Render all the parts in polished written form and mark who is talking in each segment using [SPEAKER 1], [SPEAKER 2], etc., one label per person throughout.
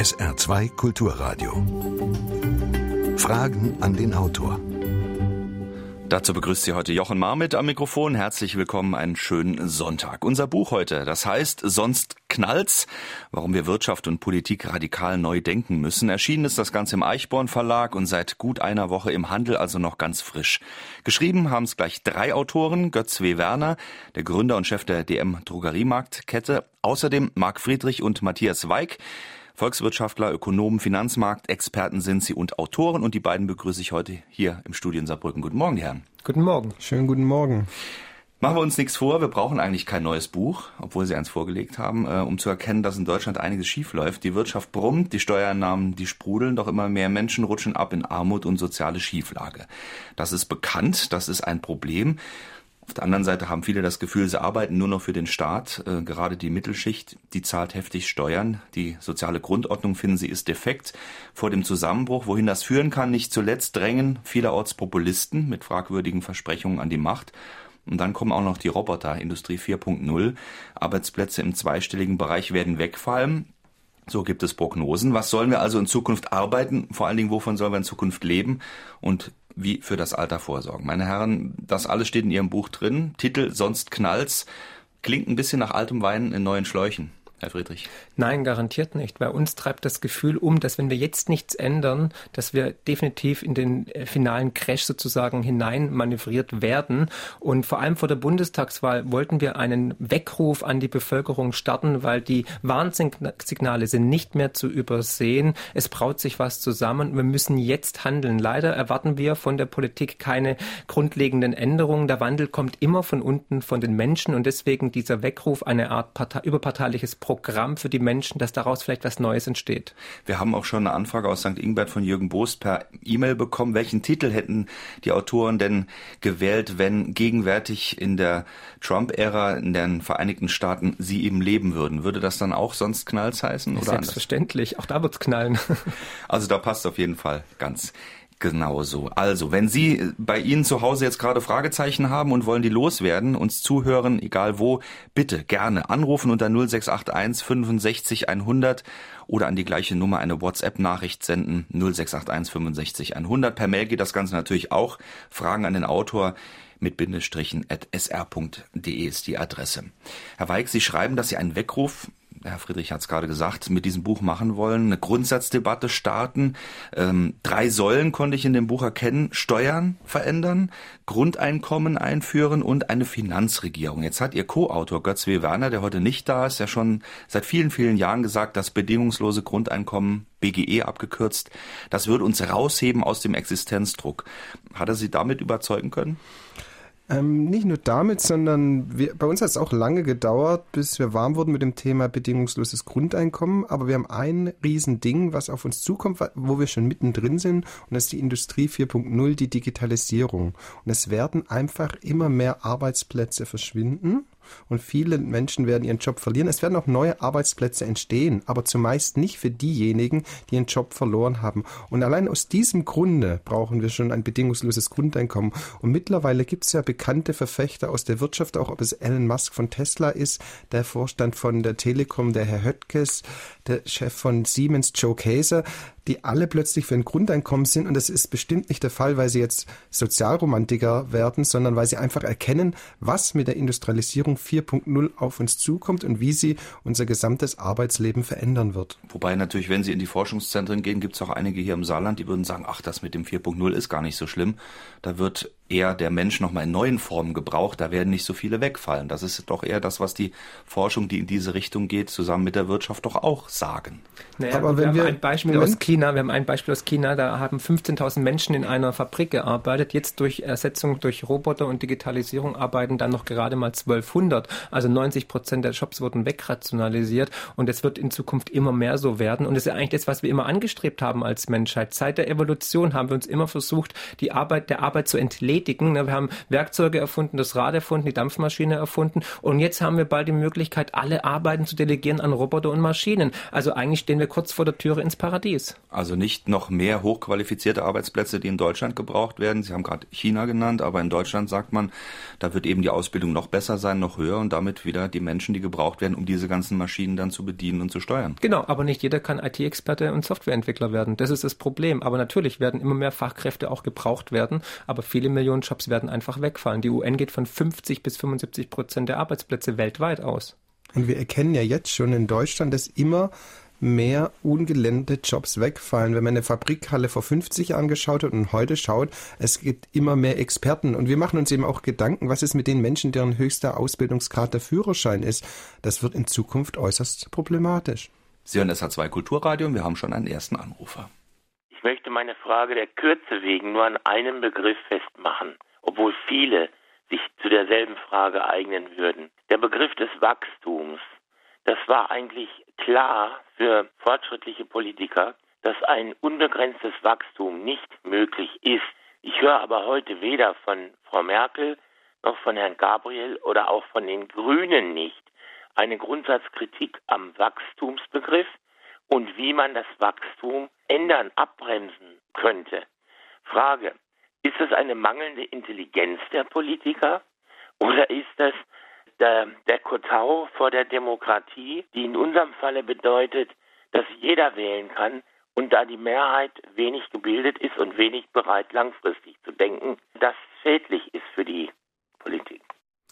[SPEAKER 1] SR2 Kulturradio. Fragen an den Autor.
[SPEAKER 2] Dazu begrüßt Sie heute Jochen Marmit am Mikrofon. Herzlich willkommen, einen schönen Sonntag. Unser Buch heute, das heißt Sonst knallt's, warum wir Wirtschaft und Politik radikal neu denken müssen. Erschienen ist das Ganze im Eichborn Verlag und seit gut einer Woche im Handel, also noch ganz frisch. Geschrieben haben es gleich 3 Autoren: Götz W. Werner, der Gründer und Chef der DM Drogeriemarktkette, außerdem Marc Friedrich und Matthias Weig. Volkswirtschaftler, Ökonomen, Finanzmarktexperten sind sie und Autoren, und die beiden begrüße ich heute hier im Studio in Saarbrücken. Guten Morgen, die Herren.
[SPEAKER 3] Guten Morgen.
[SPEAKER 4] Schönen guten Morgen.
[SPEAKER 2] Machen wir uns nichts vor, wir brauchen eigentlich kein neues Buch, obwohl Sie eins vorgelegt haben, um zu erkennen, dass in Deutschland einiges schief läuft. Die Wirtschaft brummt, die Steuereinnahmen, die sprudeln, doch immer mehr Menschen rutschen ab in Armut und soziale Schieflage. Das ist bekannt, das ist ein Problem. Auf der anderen Seite haben viele das Gefühl, sie arbeiten nur noch für den Staat. Gerade die Mittelschicht, die zahlt heftig Steuern. Die soziale Grundordnung, finden sie, ist defekt. Vor dem Zusammenbruch, wohin das führen kann, nicht zuletzt drängen vielerorts Populisten mit fragwürdigen Versprechungen an die Macht. Und dann kommen auch noch die Roboter, Industrie 4.0. Arbeitsplätze im zweistelligen Bereich werden wegfallen. So gibt es Prognosen. Was sollen wir also in Zukunft arbeiten? Vor allen Dingen, wovon sollen wir in Zukunft leben? Und wie für das Alter vorsorgen? Meine Herren, das alles steht in Ihrem Buch drin. Titel Sonst knallt's. Klingt ein bisschen nach altem Wein in neuen Schläuchen. Herr Friedrich?
[SPEAKER 3] Nein, garantiert nicht. Bei uns treibt das Gefühl dass wenn wir jetzt nichts ändern, dass wir definitiv in den finalen Crash sozusagen hinein manövriert werden. Und vor allem vor der Bundestagswahl wollten wir einen Weckruf an die Bevölkerung starten, weil die Warnsignale sind nicht mehr zu übersehen. Es braut sich was zusammen. Wir müssen jetzt handeln. Leider erwarten wir von der Politik keine grundlegenden Änderungen. Der Wandel kommt immer von unten, von den Menschen. Und deswegen dieser Weckruf, eine Art überparteiliches Programm für die Menschen, dass daraus vielleicht was Neues entsteht.
[SPEAKER 2] Wir haben auch schon eine Anfrage aus St. Ingbert von Jürgen Boost per E-Mail bekommen. Welchen Titel hätten die Autoren denn gewählt, wenn gegenwärtig in der Trump-Ära in den Vereinigten Staaten sie eben leben würden? Würde das dann auch Sonst knallt's heißen? Oder
[SPEAKER 3] selbstverständlich, anders? Auch da wird's knallen.
[SPEAKER 2] Also da passt auf jeden Fall ganz genau so. Also, wenn Sie bei Ihnen zu Hause jetzt gerade Fragezeichen haben und wollen die loswerden, uns zuhören, egal wo, bitte gerne anrufen unter 0681 65 100 oder an die gleiche Nummer eine WhatsApp-Nachricht senden, 0681 65 100. Per Mail geht das Ganze natürlich auch. Fragen an den Autor mit Bindestrichen @sr.de ist die Adresse. Herr Weig, Sie schreiben, dass Sie einen Weckruf, Herr Friedrich hat es gerade gesagt, mit diesem Buch machen wollen, eine Grundsatzdebatte starten. 3 Säulen konnte ich in dem Buch erkennen: Steuern verändern, Grundeinkommen einführen und eine Finanzregierung. Jetzt hat Ihr Co-Autor Götz W. Werner, der heute nicht da ist, ja schon seit vielen, vielen Jahren gesagt, das bedingungslose Grundeinkommen, BGE abgekürzt, das würde uns rausheben aus dem Existenzdruck. Hat er Sie damit überzeugen können?
[SPEAKER 4] Nicht nur damit, sondern bei uns hat es auch lange gedauert, bis wir warm wurden mit dem Thema bedingungsloses Grundeinkommen. Aber wir haben ein Riesending, was auf uns zukommt, wo wir schon mittendrin sind. Und das ist die Industrie 4.0, die Digitalisierung. Und es werden einfach immer mehr Arbeitsplätze verschwinden. Und viele Menschen werden ihren Job verlieren. Es werden auch neue Arbeitsplätze entstehen, aber zumeist nicht für diejenigen, die ihren Job verloren haben. Und allein aus diesem Grunde brauchen wir schon ein bedingungsloses Grundeinkommen. Und mittlerweile gibt es ja bekannte Verfechter aus der Wirtschaft, auch ob es Elon Musk von Tesla ist, der Vorstand von der Telekom, der Herr Höttges, der Chef von Siemens, Joe Kaeser, die alle plötzlich für ein Grundeinkommen sind. Und das ist bestimmt nicht der Fall, weil sie jetzt Sozialromantiker werden, sondern weil sie einfach erkennen, was mit der Industrialisierung 4.0 auf uns zukommt und wie sie unser gesamtes Arbeitsleben verändern wird.
[SPEAKER 2] Wobei natürlich, wenn Sie in die Forschungszentren gehen, gibt es auch einige hier im Saarland, die würden sagen, ach, das mit dem 4.0 ist gar nicht so schlimm. Da wird eher der Mensch nochmal in neuen Formen gebraucht, da werden nicht so viele wegfallen. Das ist doch eher das, was die Forschung, die in diese Richtung geht, zusammen mit der Wirtschaft doch auch sagen.
[SPEAKER 3] Naja, aber wir haben ein Beispiel aus China, da haben 15.000 Menschen in einer Fabrik gearbeitet. Jetzt durch Ersetzung durch Roboter und Digitalisierung arbeiten dann noch gerade mal 1200. Also 90% der Jobs wurden wegrationalisiert und es wird in Zukunft immer mehr so werden. Und das ist ja eigentlich das, was wir immer angestrebt haben als Menschheit. Seit der Evolution haben wir uns immer versucht, der Arbeit zu entledigen. Wir haben Werkzeuge erfunden, das Rad erfunden, die Dampfmaschine erfunden und jetzt haben wir bald die Möglichkeit, alle Arbeiten zu delegieren an Roboter und Maschinen. Also eigentlich stehen wir kurz vor der Türe ins Paradies.
[SPEAKER 2] Also nicht noch mehr hochqualifizierte Arbeitsplätze, die in Deutschland gebraucht werden. Sie haben gerade China genannt, aber in Deutschland sagt man, da wird eben die Ausbildung noch besser sein, noch höher und damit wieder die Menschen, die gebraucht werden, um diese ganzen Maschinen dann zu bedienen und zu steuern.
[SPEAKER 3] Genau, aber nicht jeder kann IT-Experte und Softwareentwickler werden. Das ist das Problem. Aber natürlich werden immer mehr Fachkräfte auch gebraucht werden, aber viele Millionen Jobs werden einfach wegfallen. Die UN geht von 50 bis 75% der Arbeitsplätze weltweit aus.
[SPEAKER 4] Und wir erkennen ja jetzt schon in Deutschland, dass immer mehr ungelernte Jobs wegfallen. Wenn man eine Fabrikhalle vor 50 Jahren geschaut hat und heute schaut, es gibt immer mehr Experten. Und wir machen uns eben auch Gedanken, was ist mit den Menschen, deren höchster Ausbildungsgrad der Führerschein ist. Das wird in Zukunft äußerst problematisch.
[SPEAKER 2] Sie hören SH2 Kulturradio und wir haben schon einen ersten Anrufer.
[SPEAKER 5] Ich möchte meine Frage der Kürze wegen nur an einem Begriff festmachen, obwohl viele sich zu derselben Frage eignen würden. Der Begriff des Wachstums. Das war eigentlich klar für fortschrittliche Politiker, dass ein unbegrenztes Wachstum nicht möglich ist. Ich höre aber heute weder von Frau Merkel noch von Herrn Gabriel oder auch von den Grünen nicht eine Grundsatzkritik am Wachstumsbegriff und wie man das Wachstum ändern, abbremsen könnte. Frage: Ist es eine mangelnde Intelligenz der Politiker oder ist es der Kotau vor der Demokratie, die in unserem Falle bedeutet, dass jeder wählen kann und da die Mehrheit wenig gebildet ist und wenig bereit, langfristig zu denken, das schädlich ist für die Politik?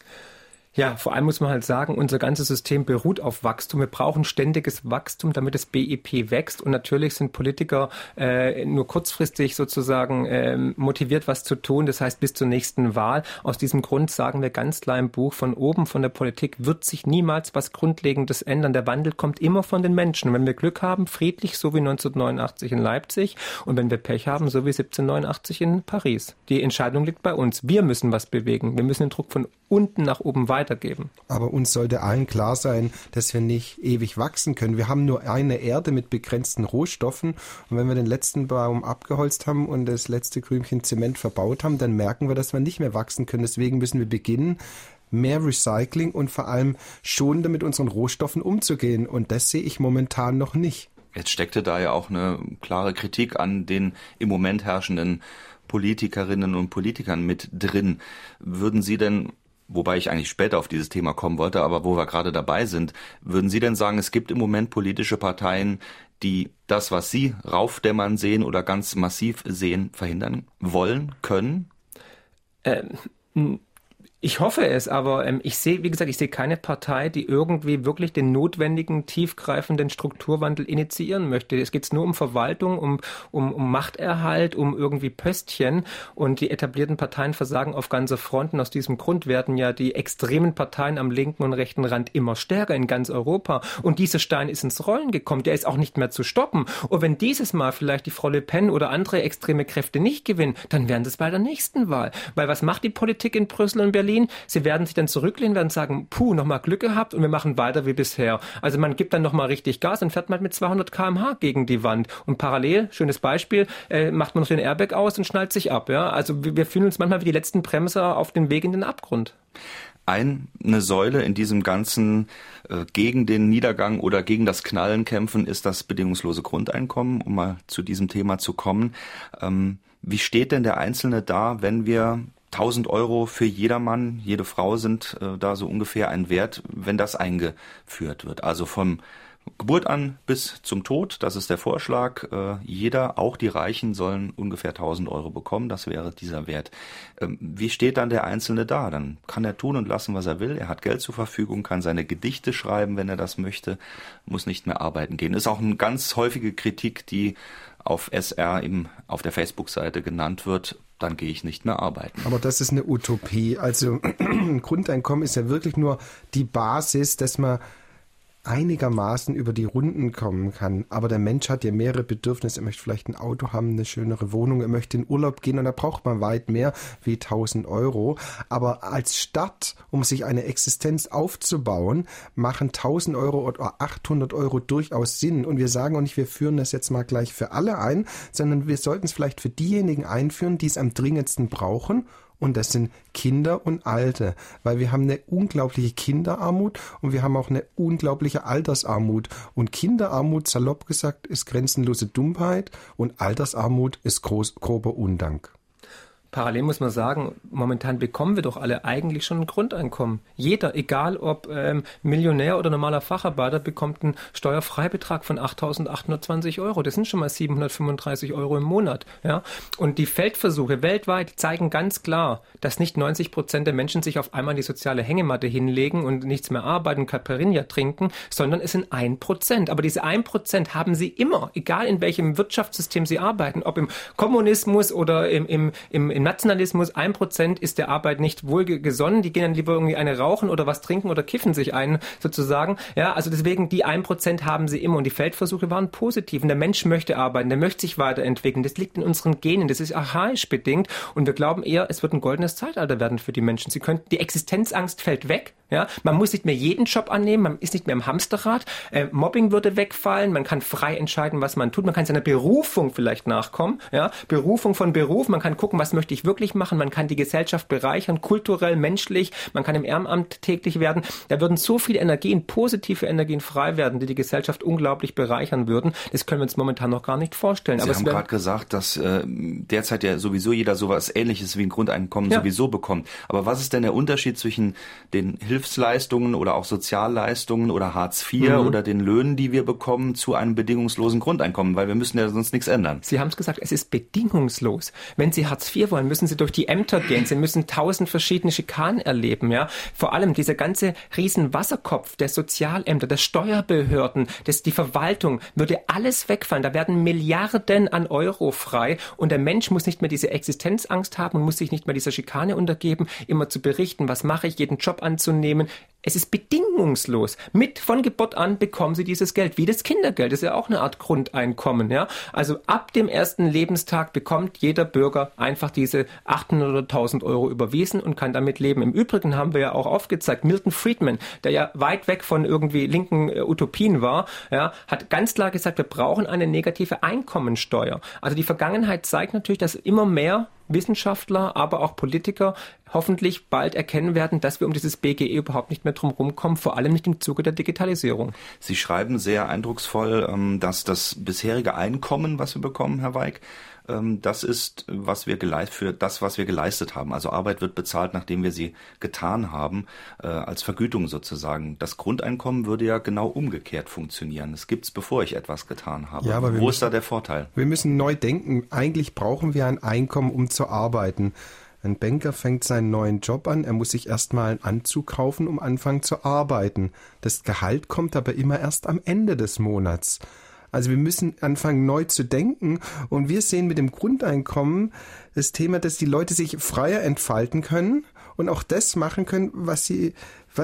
[SPEAKER 3] Ja, vor allem muss man halt sagen, unser ganzes System beruht auf Wachstum. Wir brauchen ständiges Wachstum, damit das BIP wächst. Und natürlich sind Politiker nur kurzfristig sozusagen motiviert, was zu tun. Das heißt, bis zur nächsten Wahl. Aus diesem Grund sagen wir ganz klar im Buch, von oben, von der Politik wird sich niemals was Grundlegendes ändern. Der Wandel kommt immer von den Menschen. Und wenn wir Glück haben, friedlich, so wie 1989 in Leipzig. Und wenn wir Pech haben, so wie 1789 in Paris. Die Entscheidung liegt bei uns. Wir müssen was bewegen. Wir müssen den Druck von unten nach oben weitergeben.
[SPEAKER 4] Aber uns sollte allen klar sein, dass wir nicht ewig wachsen können. Wir haben nur eine Erde mit begrenzten Rohstoffen und wenn wir den letzten Baum abgeholzt haben und das letzte Krümchen Zement verbaut haben, dann merken wir, dass wir nicht mehr wachsen können. Deswegen müssen wir beginnen, mehr Recycling und vor allem schonender mit unseren Rohstoffen umzugehen. Und das sehe ich momentan noch nicht.
[SPEAKER 2] Jetzt steckte da ja auch eine klare Kritik an den im Moment herrschenden Politikerinnen und Politikern mit drin. Würden Sie denn, wobei ich eigentlich später auf dieses Thema kommen wollte, aber wo wir gerade dabei sind, würden Sie denn sagen, es gibt im Moment politische Parteien, die das, was Sie raufdämmern sehen oder ganz massiv sehen, verhindern wollen, können?
[SPEAKER 3] Ich hoffe es, aber ich sehe keine Partei, die irgendwie wirklich den notwendigen, tiefgreifenden Strukturwandel initiieren möchte. Es geht nur um Verwaltung, um Machterhalt, um irgendwie Pöstchen und die etablierten Parteien versagen auf ganzer Front. Und aus diesem Grund werden ja die extremen Parteien am linken und rechten Rand immer stärker in ganz Europa. Und dieser Stein ist ins Rollen gekommen, der ist auch nicht mehr zu stoppen. Und wenn dieses Mal vielleicht die Frau Le Pen oder andere extreme Kräfte nicht gewinnen, dann werden sie es bei der nächsten Wahl. Weil was macht die Politik in Brüssel und Berlin? Sie werden sich dann zurücklehnen, werden sagen, nochmal Glück gehabt und wir machen weiter wie bisher. Also man gibt dann nochmal richtig Gas und fährt mal mit 200 km/h gegen die Wand. Und parallel, schönes Beispiel, macht man noch den Airbag aus und schnallt sich ab. Ja? Also wir fühlen uns manchmal wie die letzten Bremser auf dem Weg in den Abgrund.
[SPEAKER 2] Eine Säule in diesem ganzen gegen den Niedergang oder gegen das Knallen kämpfen ist das bedingungslose Grundeinkommen, um mal zu diesem Thema zu kommen. Wie steht denn der Einzelne da, wenn wir 1.000 Euro für jedermann, jede Frau sind da so ungefähr ein Wert, wenn das eingeführt wird? Also vom Geburt an bis zum Tod, das ist der Vorschlag. Jeder, auch die Reichen, sollen ungefähr 1.000 Euro bekommen. Das wäre dieser Wert. Wie steht dann der Einzelne da? Dann kann er tun und lassen, was er will. Er hat Geld zur Verfügung, kann seine Gedichte schreiben, wenn er das möchte, muss nicht mehr arbeiten gehen. Ist auch eine ganz häufige Kritik, die auf SR auf der Facebook-Seite genannt wird. Dann gehe ich nicht mehr arbeiten.
[SPEAKER 4] Aber das ist eine Utopie. Also ein Grundeinkommen ist ja wirklich nur die Basis, dass man einigermaßen über die Runden kommen kann. Aber der Mensch hat ja mehrere Bedürfnisse. Er möchte vielleicht ein Auto haben, eine schönere Wohnung, er möchte in Urlaub gehen und da braucht man weit mehr wie 1.000 Euro. Aber als Start, um sich eine Existenz aufzubauen, machen 1.000 Euro oder 800 Euro durchaus Sinn. Und wir sagen auch nicht, wir führen das jetzt mal gleich für alle ein, sondern wir sollten es vielleicht für diejenigen einführen, die es am dringendsten brauchen und das sind Kinder und Alte, weil wir haben eine unglaubliche Kinderarmut und wir haben auch eine unglaubliche Altersarmut. Und Kinderarmut, salopp gesagt, ist grenzenlose Dummheit und Altersarmut ist grober Undank.
[SPEAKER 3] Parallel muss man sagen, momentan bekommen wir doch alle eigentlich schon ein Grundeinkommen. Jeder, egal ob Millionär oder normaler Facharbeiter, bekommt einen Steuerfreibetrag von 8.820 Euro. Das sind schon mal 735 Euro im Monat. Ja? Und die Feldversuche weltweit zeigen ganz klar, dass nicht 90% der Menschen sich auf einmal in die soziale Hängematte hinlegen und nichts mehr arbeiten und Caipirinha trinken, sondern es sind 1%. Aber diese 1% haben sie immer, egal in welchem Wirtschaftssystem sie arbeiten, ob im Kommunismus oder im Nationalismus, 1% ist der Arbeit nicht wohlgesonnen, die gehen dann lieber irgendwie eine rauchen oder was trinken oder kiffen sich ein, sozusagen. Ja, also deswegen, die 1% haben sie immer und die Feldversuche waren positiv und der Mensch möchte arbeiten, der möchte sich weiterentwickeln, das liegt in unseren Genen, das ist archaisch bedingt und wir glauben eher, es wird ein goldenes Zeitalter werden für die Menschen. Die Existenzangst fällt weg, ja, man muss nicht mehr jeden Job annehmen, man ist nicht mehr im Hamsterrad, Mobbing würde wegfallen, man kann frei entscheiden, was man tut, man kann seiner Berufung vielleicht nachkommen, ja, Berufung von Beruf, man kann gucken, was möchte ich wirklich machen, man kann die Gesellschaft bereichern, kulturell, menschlich, man kann im Ehrenamt täglich werden, da würden so viele Energien, positive Energien frei werden, die die Gesellschaft unglaublich bereichern würden, das können wir uns momentan noch gar nicht vorstellen.
[SPEAKER 2] Sie haben gerade gesagt, dass derzeit ja sowieso jeder sowas Ähnliches wie ein Grundeinkommen sowieso bekommt, aber was ist denn der Unterschied zwischen den Hilfsleistungen oder auch Sozialleistungen oder Hartz IV oder den Löhnen, die wir bekommen, zu einem bedingungslosen Grundeinkommen, weil wir müssen ja sonst nichts ändern.
[SPEAKER 3] Sie haben es gesagt, es ist bedingungslos. Wenn Sie Hartz IV wollen, müssen Sie durch die Ämter gehen, Sie müssen 1000 verschiedene Schikanen erleben, ja. Vor allem dieser ganze riesen Wasserkopf der Sozialämter, der Steuerbehörden, die Verwaltung, würde alles wegfallen. Da werden Milliarden an Euro frei und der Mensch muss nicht mehr diese Existenzangst haben und muss sich nicht mehr dieser Schikane untergeben, immer zu berichten, was mache ich, jeden Job anzunehmen. Es ist bedingungslos. Von Geburt an bekommen sie dieses Geld, wie das Kindergeld. Das ist ja auch eine Art Grundeinkommen. Ja? Also ab dem ersten Lebenstag bekommt jeder Bürger einfach diese 800 oder 1000 Euro überwiesen und kann damit leben. Im Übrigen haben wir ja auch aufgezeigt, Milton Friedman, der ja weit weg von irgendwie linken Utopien war, ja, hat ganz klar gesagt, wir brauchen eine negative Einkommensteuer. Also die Vergangenheit zeigt natürlich, dass immer mehr Wissenschaftler, aber auch Politiker hoffentlich bald erkennen werden, dass wir um dieses BGE überhaupt nicht mehr drum rumkommen, vor allem nicht im Zuge der Digitalisierung.
[SPEAKER 2] Sie schreiben sehr eindrucksvoll, dass das bisherige Einkommen, was wir bekommen, Herr Weig, das ist, was wir geleistet haben. Also Arbeit wird bezahlt, nachdem wir sie getan haben, als Vergütung sozusagen. Das Grundeinkommen würde ja genau umgekehrt funktionieren. Es gibt's, bevor ich etwas getan habe. Ja, aber wo ist da der Vorteil?
[SPEAKER 4] Wir müssen neu denken. Eigentlich brauchen wir ein Einkommen, um zu arbeiten. Ein Banker fängt seinen neuen Job an, er muss sich erstmal einen Anzug kaufen, um anfangen zu arbeiten. Das Gehalt kommt aber immer erst am Ende des Monats. Also wir müssen anfangen, neu zu denken. Und wir sehen mit dem Grundeinkommen das Thema, dass die Leute sich freier entfalten können und auch das machen können, was sie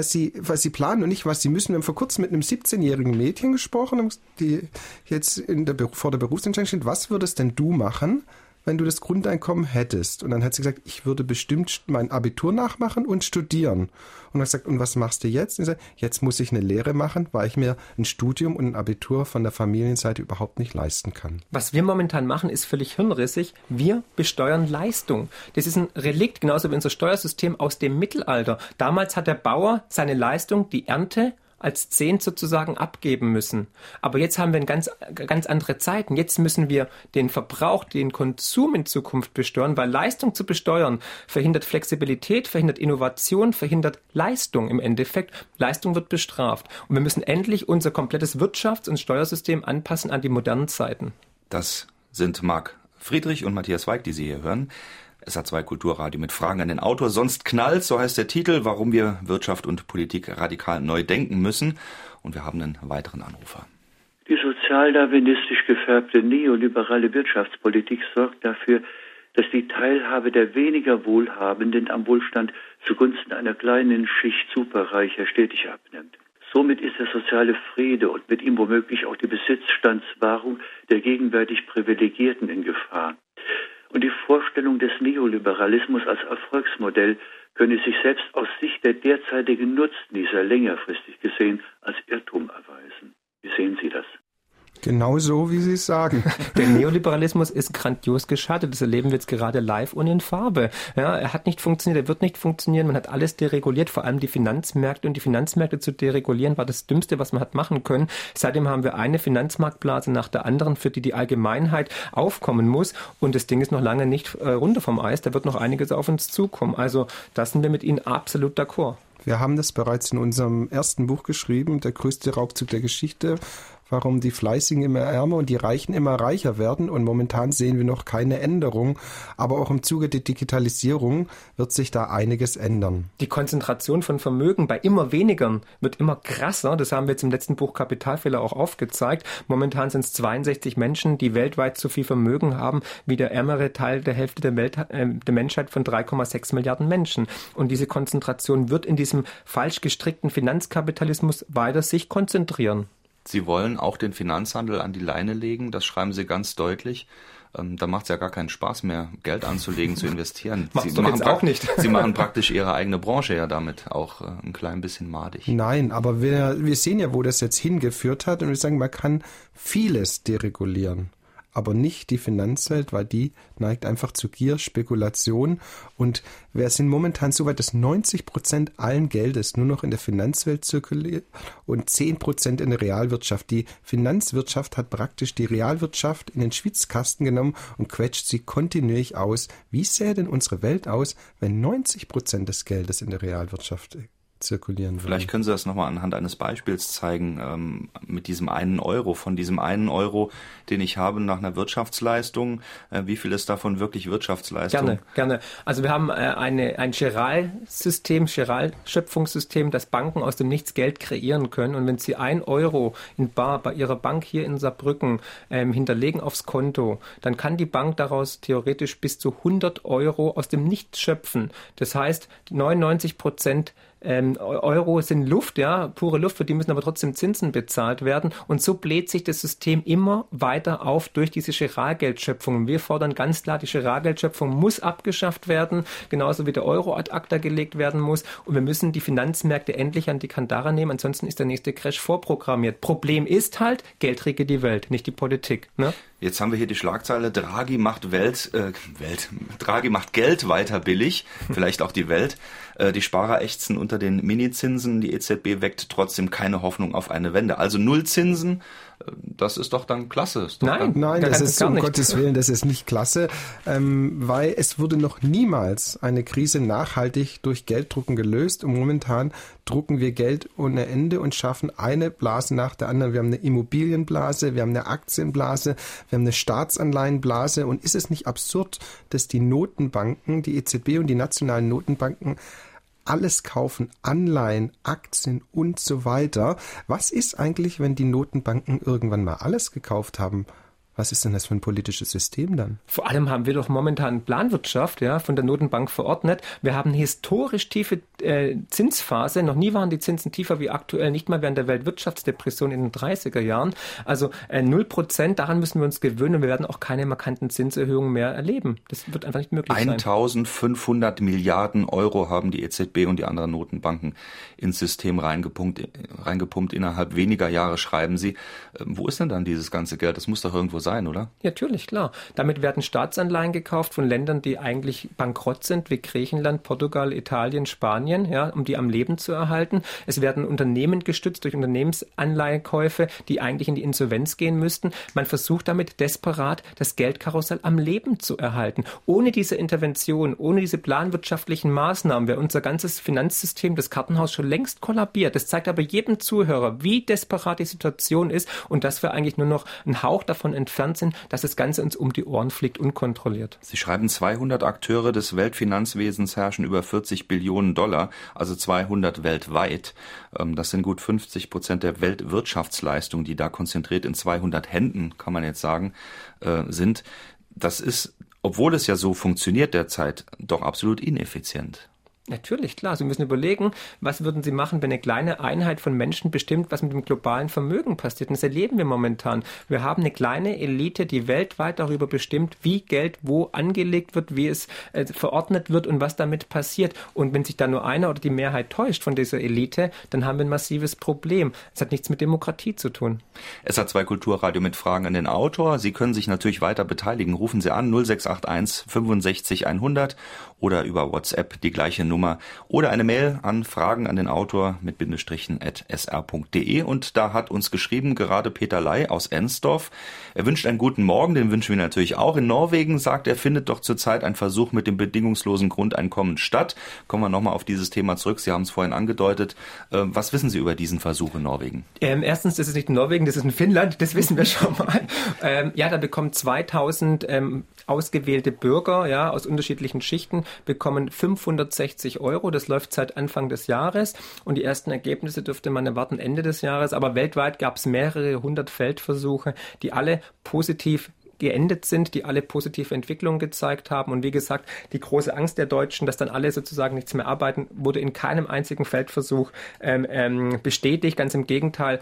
[SPEAKER 4] planen und nicht, was sie müssen. Wir haben vor kurzem mit einem 17-jährigen Mädchen gesprochen, die jetzt vor der Berufsentscheidung steht. Was würdest denn du machen, wenn du das Grundeinkommen hättest? Und dann hat sie gesagt, ich würde bestimmt mein Abitur nachmachen und studieren. Und hat gesagt, und was machst du jetzt? Und sie sagt, jetzt muss ich eine Lehre machen, weil ich mir ein Studium und ein Abitur von der Familienseite überhaupt nicht leisten kann.
[SPEAKER 3] Was wir momentan machen, ist völlig hirnrissig. Wir besteuern Leistung. Das ist ein Relikt, genauso wie unser Steuersystem aus dem Mittelalter. Damals hat der Bauer seine Leistung, die Ernte, als Zehnt sozusagen abgeben müssen. Aber jetzt haben wir ganz andere Zeiten. Jetzt müssen wir den Verbrauch, den Konsum in Zukunft besteuern, weil Leistung zu besteuern verhindert Flexibilität, verhindert Innovation, verhindert Leistung im Endeffekt. Leistung wird bestraft. Und wir müssen endlich unser komplettes Wirtschafts- und Steuersystem anpassen an die modernen Zeiten.
[SPEAKER 2] Das sind Marc Friedrich und Matthias Weig, die Sie hier hören. SR2 Kulturradio mit Fragen an den Autor. Sonst knallt, so heißt der Titel, warum wir Wirtschaft und Politik radikal neu denken müssen. Und wir haben einen weiteren Anrufer.
[SPEAKER 6] Die sozialdarwinistisch gefärbte neoliberale Wirtschaftspolitik sorgt dafür, dass die Teilhabe der weniger Wohlhabenden am Wohlstand zugunsten einer kleinen Schicht Superreicher stetig abnimmt. Somit ist der soziale Friede und mit ihm womöglich auch die Besitzstandswahrung der gegenwärtig Privilegierten in Gefahr. Und die Vorstellung des Neoliberalismus als Erfolgsmodell könne sich selbst aus Sicht der derzeitigen Nutznießer längerfristig gesehen als Irrtum erweisen. Wie sehen Sie das?
[SPEAKER 4] Genau so, wie Sie es sagen.
[SPEAKER 3] Der Neoliberalismus ist grandios gescheitert. Das erleben wir jetzt gerade live und in Farbe. Ja, er hat nicht funktioniert, er wird nicht funktionieren. Man hat alles dereguliert, vor allem die Finanzmärkte. Und die Finanzmärkte zu deregulieren war das Dümmste, was man hat machen können. Seitdem haben wir eine Finanzmarktblase nach der anderen, für die Allgemeinheit aufkommen muss. Und das Ding ist noch lange nicht runter vom Eis. Da wird noch einiges auf uns zukommen. Also da sind wir mit Ihnen absolut d'accord.
[SPEAKER 4] Wir haben das bereits in unserem ersten Buch geschrieben, der größte Raubzug der Geschichte, warum die Fleißigen immer ärmer und die Reichen immer reicher werden. Und momentan sehen wir noch keine Änderung. Aber auch im Zuge der Digitalisierung wird sich da einiges ändern.
[SPEAKER 3] Die Konzentration von Vermögen bei immer wenigeren wird immer krasser. Das haben wir jetzt im letzten Buch Kapitalfehler auch aufgezeigt. Momentan sind es 62 Menschen, die weltweit so viel Vermögen haben wie der ärmere Teil der Hälfte der Menschheit von 3,6 Milliarden Menschen. Und diese Konzentration wird in diesem falsch gestrickten Finanzkapitalismus weiter sich konzentrieren.
[SPEAKER 2] Sie wollen auch den Finanzhandel an die Leine legen, das schreiben Sie ganz deutlich. Da macht es ja gar keinen Spaß mehr, Geld anzulegen, zu investieren.
[SPEAKER 3] Macht's doch jetzt auch nicht.
[SPEAKER 2] Sie machen praktisch Ihre eigene Branche ja damit auch ein klein bisschen madig.
[SPEAKER 4] Nein, aber wir sehen ja, wo das jetzt hingeführt hat. Und wir sagen, man kann vieles deregulieren, aber nicht die Finanzwelt, weil die neigt einfach zu Gier, Spekulation. Und wir sind momentan so weit, dass 90% allen Geldes nur noch in der Finanzwelt zirkuliert und 10% in der Realwirtschaft. Die Finanzwirtschaft hat praktisch die Realwirtschaft in den Schwitzkasten genommen und quetscht sie kontinuierlich aus. Wie sähe denn unsere Welt aus, wenn 90% des Geldes in der Realwirtschaft zirkulieren würde?
[SPEAKER 2] Vielleicht können Sie das nochmal anhand eines Beispiels zeigen, mit diesem 1 Euro. Von diesem 1 Euro, den ich habe nach einer Wirtschaftsleistung, wie viel ist davon wirklich Wirtschaftsleistung?
[SPEAKER 3] Gerne. Also wir haben ein Giralschöpfungssystem, dass Banken aus dem Nichts Geld kreieren können. Und wenn Sie 1 Euro in bar bei Ihrer Bank hier in Saarbrücken hinterlegen aufs Konto, dann kann die Bank daraus theoretisch bis zu 100 Euro aus dem Nichts schöpfen. Das heißt, 99% Euro sind Luft, ja, pure Luft, für die müssen aber trotzdem Zinsen bezahlt werden. Und so bläht sich das System immer weiter auf durch diese Giralgeldschöpfung. Wir fordern ganz klar, die Giralgeldschöpfung muss abgeschafft werden, genauso wie der Euro ad acta gelegt werden muss. Und wir müssen die Finanzmärkte endlich an die Kandare nehmen, ansonsten ist der nächste Crash vorprogrammiert. Problem ist halt, Geld regiert die Welt, nicht die Politik. Ne?
[SPEAKER 2] Jetzt haben wir hier die Schlagzeile, Draghi macht Draghi macht Geld weiter billig, vielleicht auch die Welt. Die Sparer ächzen unter den Minizinsen, die EZB weckt trotzdem keine Hoffnung auf eine Wende. Also Nullzinsen, das ist doch dann klasse.
[SPEAKER 4] Nein, das ist um Gottes Willen, das ist nicht klasse, weil es wurde noch niemals eine Krise nachhaltig durch Gelddrucken gelöst und momentan drucken wir Geld ohne Ende und schaffen eine Blase nach der anderen. Wir haben eine Immobilienblase, wir haben eine Aktienblase, wir haben eine Staatsanleihenblase und ist es nicht absurd, dass die Notenbanken, die EZB und die nationalen Notenbanken alles kaufen, Anleihen, Aktien und so weiter. Was ist eigentlich, wenn die Notenbanken irgendwann mal alles gekauft haben? Was ist denn das für ein politisches System dann?
[SPEAKER 3] Vor allem haben wir doch momentan Planwirtschaft, ja, von der Notenbank verordnet. Wir haben eine historisch tiefe Zinsphase. Noch nie waren die Zinsen tiefer wie aktuell, nicht mal während der Weltwirtschaftsdepression in den 30er Jahren. Also 0%, daran müssen wir uns gewöhnen. Wir werden auch keine markanten Zinserhöhungen mehr erleben. Das wird einfach nicht möglich sein.
[SPEAKER 2] 1.500 Milliarden Euro haben die EZB und die anderen Notenbanken ins System reingepumpt innerhalb weniger Jahre, schreiben sie. Wo ist denn dann dieses ganze Geld? Das muss doch irgendwo sein, oder?
[SPEAKER 3] Ja, natürlich, klar. Damit werden Staatsanleihen gekauft von Ländern, die eigentlich bankrott sind, wie Griechenland, Portugal, Italien, Spanien, ja, um die am Leben zu erhalten. Es werden Unternehmen gestützt durch Unternehmensanleihenkäufe, die eigentlich in die Insolvenz gehen müssten. Man versucht damit desperat, das Geldkarussell am Leben zu erhalten. Ohne diese Intervention, ohne diese planwirtschaftlichen Maßnahmen wäre unser ganzes Finanzsystem, das Kartenhaus, schon längst kollabiert. Das zeigt aber jedem Zuhörer, wie desperat die Situation ist und dass wir eigentlich nur noch einen Hauch davon entfernt sind, dass das Ganze uns um die Ohren fliegt, unkontrolliert.
[SPEAKER 2] Sie schreiben, 200 Akteure des Weltfinanzwesens herrschen über 40 Billionen $, also 200 weltweit. Das sind gut 50% der Weltwirtschaftsleistung, die da konzentriert in 200 Händen, kann man jetzt sagen, sind. Das ist, obwohl es ja so funktioniert derzeit, doch absolut ineffizient.
[SPEAKER 3] Natürlich, klar. Sie müssen überlegen, was würden Sie machen, wenn eine kleine Einheit von Menschen bestimmt, was mit dem globalen Vermögen passiert. Und das erleben wir momentan. Wir haben eine kleine Elite, die weltweit darüber bestimmt, wie Geld wo angelegt wird, wie es verordnet wird und was damit passiert. Und wenn sich da nur einer oder die Mehrheit täuscht von dieser Elite, dann haben wir ein massives Problem. Es hat nichts mit Demokratie zu tun.
[SPEAKER 2] SR2 Kulturradio mit Fragen an den Autor. Sie können sich natürlich weiter beteiligen. Rufen Sie an 0681 65 100 oder über WhatsApp die gleiche Nummer oder eine Mail an Fragen an den Autor mit Bindestrichen @sr.de. Und da hat uns geschrieben gerade Peter Ley aus Ensdorf. Er wünscht einen guten Morgen, den wünschen wir natürlich auch. In Norwegen, sagt er, findet doch zurzeit ein Versuch mit dem bedingungslosen Grundeinkommen statt. Kommen wir nochmal auf dieses Thema zurück. Sie haben es vorhin angedeutet. Was wissen Sie über diesen Versuch in Norwegen?
[SPEAKER 3] Erstens, das ist nicht in Norwegen, das ist in Finnland, das wissen wir schon mal. Da bekommen 2000 ausgewählte Bürger, ja, aus unterschiedlichen Schichten, bekommen 560 €. Das läuft seit Anfang des Jahres und die ersten Ergebnisse dürfte man erwarten Ende des Jahres. Aber weltweit gab es mehrere 100 Feldversuche, die alle positiv geendet sind, die alle positive Entwicklungen gezeigt haben. Und wie gesagt, die große Angst der Deutschen, dass dann alle sozusagen nichts mehr arbeiten, wurde in keinem einzigen Feldversuch bestätigt. Ganz im Gegenteil,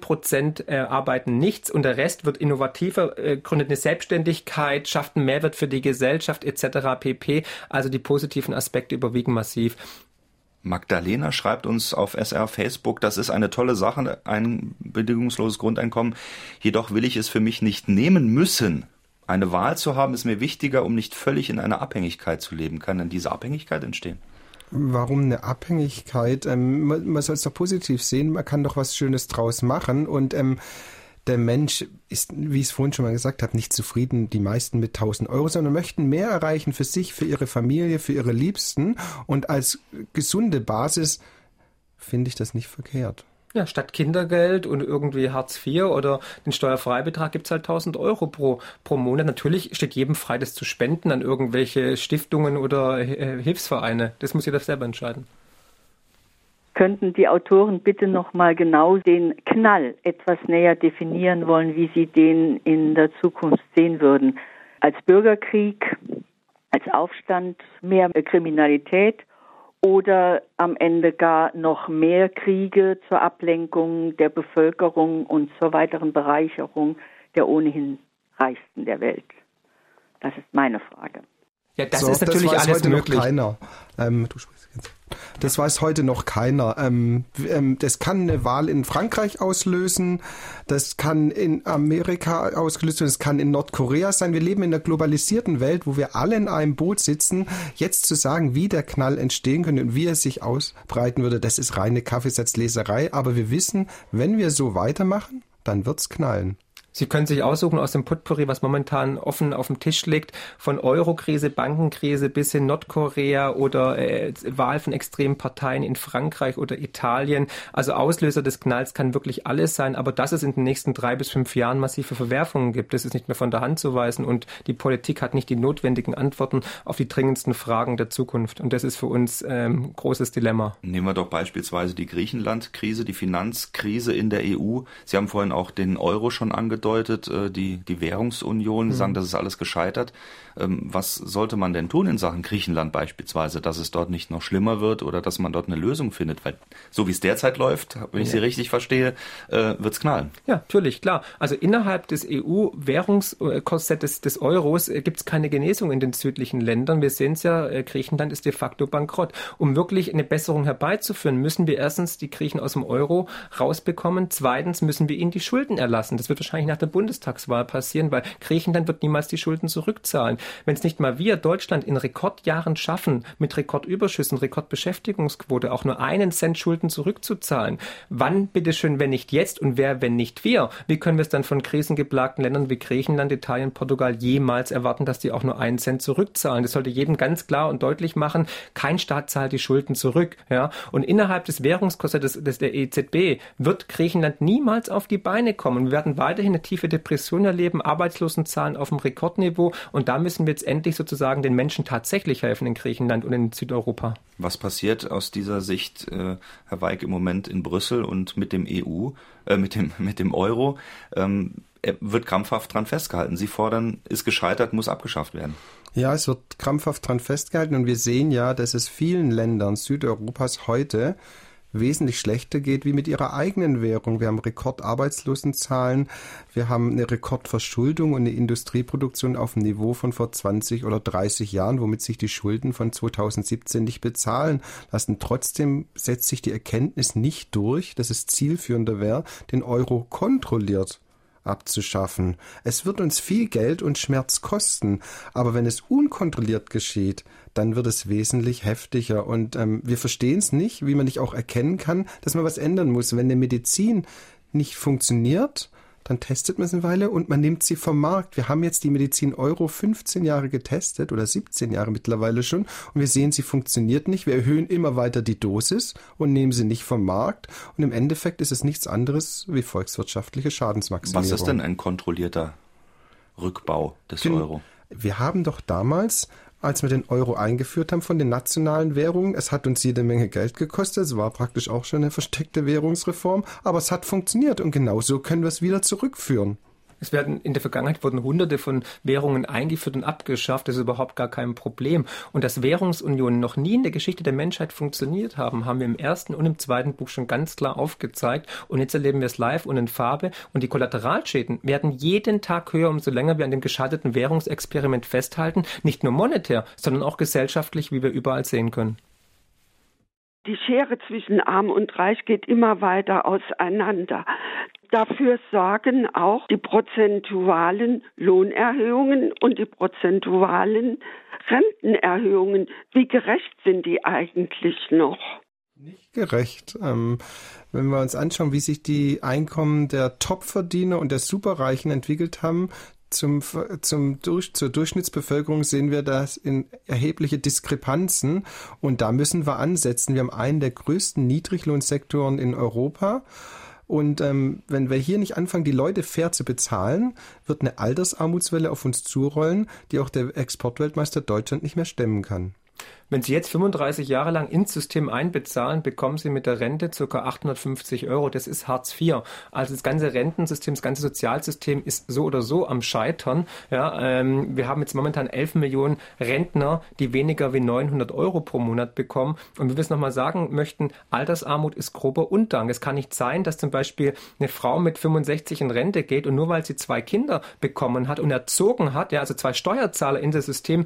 [SPEAKER 3] 1% arbeiten nichts und der Rest wird innovativer, gründet eine Selbstständigkeit, schafft einen Mehrwert für die Gesellschaft etc. pp. Also die positiven Aspekte überwiegen massiv.
[SPEAKER 2] Magdalena schreibt uns auf SR Facebook, das ist eine tolle Sache, ein bedingungsloses Grundeinkommen. Jedoch will ich es für mich nicht nehmen müssen. Eine Wahl zu haben ist mir wichtiger, um nicht völlig in einer Abhängigkeit zu leben. Kann denn diese Abhängigkeit entstehen?
[SPEAKER 4] Warum eine Abhängigkeit? Man soll es doch positiv sehen. Man kann doch was Schönes draus machen und der Mensch ist, wie ich es vorhin schon mal gesagt habe, nicht zufrieden, die meisten mit 1.000 €, sondern möchten mehr erreichen für sich, für ihre Familie, für ihre Liebsten. Und als gesunde Basis finde ich das nicht verkehrt.
[SPEAKER 3] Ja, statt Kindergeld und irgendwie Hartz IV oder den Steuerfreibetrag gibt's halt 1.000 € pro Monat. Natürlich steht jedem frei, das zu spenden an irgendwelche Stiftungen oder Hilfsvereine. Das muss jeder selber entscheiden.
[SPEAKER 7] Könnten die Autoren bitte noch mal genau den Knall etwas näher definieren wollen, wie sie den in der Zukunft sehen würden? Als Bürgerkrieg, als Aufstand, mehr Kriminalität oder am Ende gar noch mehr Kriege zur Ablenkung der Bevölkerung und zur weiteren Bereicherung der ohnehin Reichsten der Welt? Das ist meine Frage.
[SPEAKER 3] Ja, das ist natürlich
[SPEAKER 4] das weiß
[SPEAKER 3] alles
[SPEAKER 4] heute
[SPEAKER 3] möglich.
[SPEAKER 4] Noch keiner. Du sprichst jetzt. Das weiß heute noch keiner. Das kann eine Wahl in Frankreich auslösen, das kann in Amerika ausgelöst werden, das kann in Nordkorea sein. Wir leben in einer globalisierten Welt, wo wir alle in einem Boot sitzen. Jetzt zu sagen, wie der Knall entstehen könnte und wie er sich ausbreiten würde, das ist reine Kaffeesatzleserei. Aber wir wissen, wenn wir so weitermachen, dann wird's knallen.
[SPEAKER 3] Sie können sich aussuchen aus dem Potpourri, was momentan offen auf dem Tisch liegt, von Eurokrise, Bankenkrise bis hin Nordkorea oder Wahl von extremen Parteien in Frankreich oder Italien. Also Auslöser des Knalls kann wirklich alles sein, aber dass es in den nächsten 3 bis 5 Jahren massive Verwerfungen gibt, das ist nicht mehr von der Hand zu weisen und die Politik hat nicht die notwendigen Antworten auf die dringendsten Fragen der Zukunft und das ist für uns großes Dilemma.
[SPEAKER 2] Nehmen wir doch beispielsweise die Griechenland-Krise, die Finanzkrise in der EU. Sie haben vorhin auch den Euro schon angedeutet, die Währungsunion, sagen, das ist alles gescheitert. Was sollte man denn tun in Sachen Griechenland beispielsweise, dass es dort nicht noch schlimmer wird oder dass man dort eine Lösung findet? Weil so wie es derzeit läuft, wenn ich Sie richtig verstehe, wird's knallen.
[SPEAKER 3] Ja, natürlich, klar. Also innerhalb des EU-Währungskorsetts des Euros gibt's keine Genesung in den südlichen Ländern. Wir sehen es ja, Griechenland ist de facto bankrott. Um wirklich eine Besserung herbeizuführen, müssen wir erstens die Griechen aus dem Euro rausbekommen. Zweitens müssen wir ihnen die Schulden erlassen. Das wird wahrscheinlich nach der Bundestagswahl passieren, weil Griechenland wird niemals die Schulden zurückzahlen. Wenn es nicht mal wir, Deutschland, in Rekordjahren schaffen, mit Rekordüberschüssen, Rekordbeschäftigungsquote auch nur 1 Cent Schulden zurückzuzahlen, wann bitteschön, wenn nicht jetzt und wer, wenn nicht wir? Wie können wir es dann von krisengeplagten Ländern wie Griechenland, Italien, Portugal jemals erwarten, dass die auch nur 1 Cent zurückzahlen? Das sollte jedem ganz klar und deutlich machen, kein Staat zahlt die Schulden zurück. Ja? Und innerhalb des Währungskorsetts der EZB wird Griechenland niemals auf die Beine kommen. Wir werden weiterhin eine tiefe Depression erleben, Arbeitslosenzahlen auf dem Rekordniveau und da müssen wir jetzt endlich sozusagen den Menschen tatsächlich helfen in Griechenland und in Südeuropa.
[SPEAKER 2] Was passiert aus dieser Sicht, Herr Weig, im Moment in Brüssel und mit dem mit dem Euro? wird krampfhaft dran festgehalten. Sie fordern, ist gescheitert, muss abgeschafft werden.
[SPEAKER 4] Ja, es wird krampfhaft dran festgehalten und wir sehen ja, dass es vielen Ländern Südeuropas heute wesentlich schlechter geht wie mit ihrer eigenen Währung. Wir haben Rekordarbeitslosenzahlen, wir haben eine Rekordverschuldung und eine Industrieproduktion auf dem Niveau von vor 20 oder 30 Jahren, womit sich die Schulden von 2017 nicht bezahlen lassen. Trotzdem setzt sich die Erkenntnis nicht durch, dass es zielführender wäre, den Euro kontrolliert abzuschaffen. Es wird uns viel Geld und Schmerz kosten, aber wenn es unkontrolliert geschieht, dann wird es wesentlich heftiger. Und wir verstehen es nicht, wie man nicht auch erkennen kann, dass man was ändern muss. Wenn eine Medizin nicht funktioniert, dann testet man es eine Weile und man nimmt sie vom Markt. Wir haben jetzt die Medizin Euro 15 Jahre getestet oder 17 Jahre mittlerweile schon und wir sehen, sie funktioniert nicht. Wir erhöhen immer weiter die Dosis und nehmen sie nicht vom Markt und im Endeffekt ist es nichts anderes wie volkswirtschaftliche Schadensmaximierung.
[SPEAKER 2] Was ist denn ein kontrollierter Rückbau des Euro?
[SPEAKER 4] Wir haben doch damals, als wir den Euro eingeführt haben von den nationalen Währungen, es hat uns jede Menge Geld gekostet, es war praktisch auch schon eine versteckte Währungsreform, aber es hat funktioniert und genauso können wir es wieder zurückführen.
[SPEAKER 3] In der Vergangenheit wurden Hunderte von Währungen eingeführt und abgeschafft. Das ist überhaupt gar kein Problem. Und dass Währungsunionen noch nie in der Geschichte der Menschheit funktioniert haben, haben wir im ersten und im zweiten Buch schon ganz klar aufgezeigt. Und jetzt erleben wir es live und in Farbe. Und die Kollateralschäden werden jeden Tag höher, umso länger wir an dem gescheiterten Währungsexperiment festhalten. Nicht nur monetär, sondern auch gesellschaftlich, wie wir überall sehen können.
[SPEAKER 8] Die Schere zwischen Arm und Reich geht immer weiter auseinander. Dafür sorgen auch die prozentualen Lohnerhöhungen und die prozentualen Rentenerhöhungen. Wie gerecht sind die eigentlich noch?
[SPEAKER 4] Nicht gerecht. Wenn wir uns anschauen, wie sich die Einkommen der Topverdiener und der Superreichen entwickelt haben, zur Durchschnittsbevölkerung sehen wir das in erhebliche Diskrepanzen und da müssen wir ansetzen. Wir haben einen der größten Niedriglohnsektoren in Europa. Und wenn wir hier nicht anfangen, die Leute fair zu bezahlen, wird eine Altersarmutswelle auf uns zurollen, die auch der Exportweltmeister Deutschland nicht mehr stemmen kann.
[SPEAKER 3] Wenn Sie jetzt 35 Jahre lang ins System einbezahlen, bekommen Sie mit der Rente ca. 850 €. Das ist Hartz IV. Also das ganze Rentensystem, das ganze Sozialsystem ist so oder so am Scheitern. Ja, wir haben jetzt momentan 11 Millionen Rentner, die weniger wie 900 € pro Monat bekommen. Und wie wir es nochmal sagen möchten, Altersarmut ist grober Undank. Es kann nicht sein, dass zum Beispiel eine Frau mit 65 in Rente geht und nur weil sie 2 Kinder bekommen hat und erzogen hat, ja, also 2 Steuerzahler in das System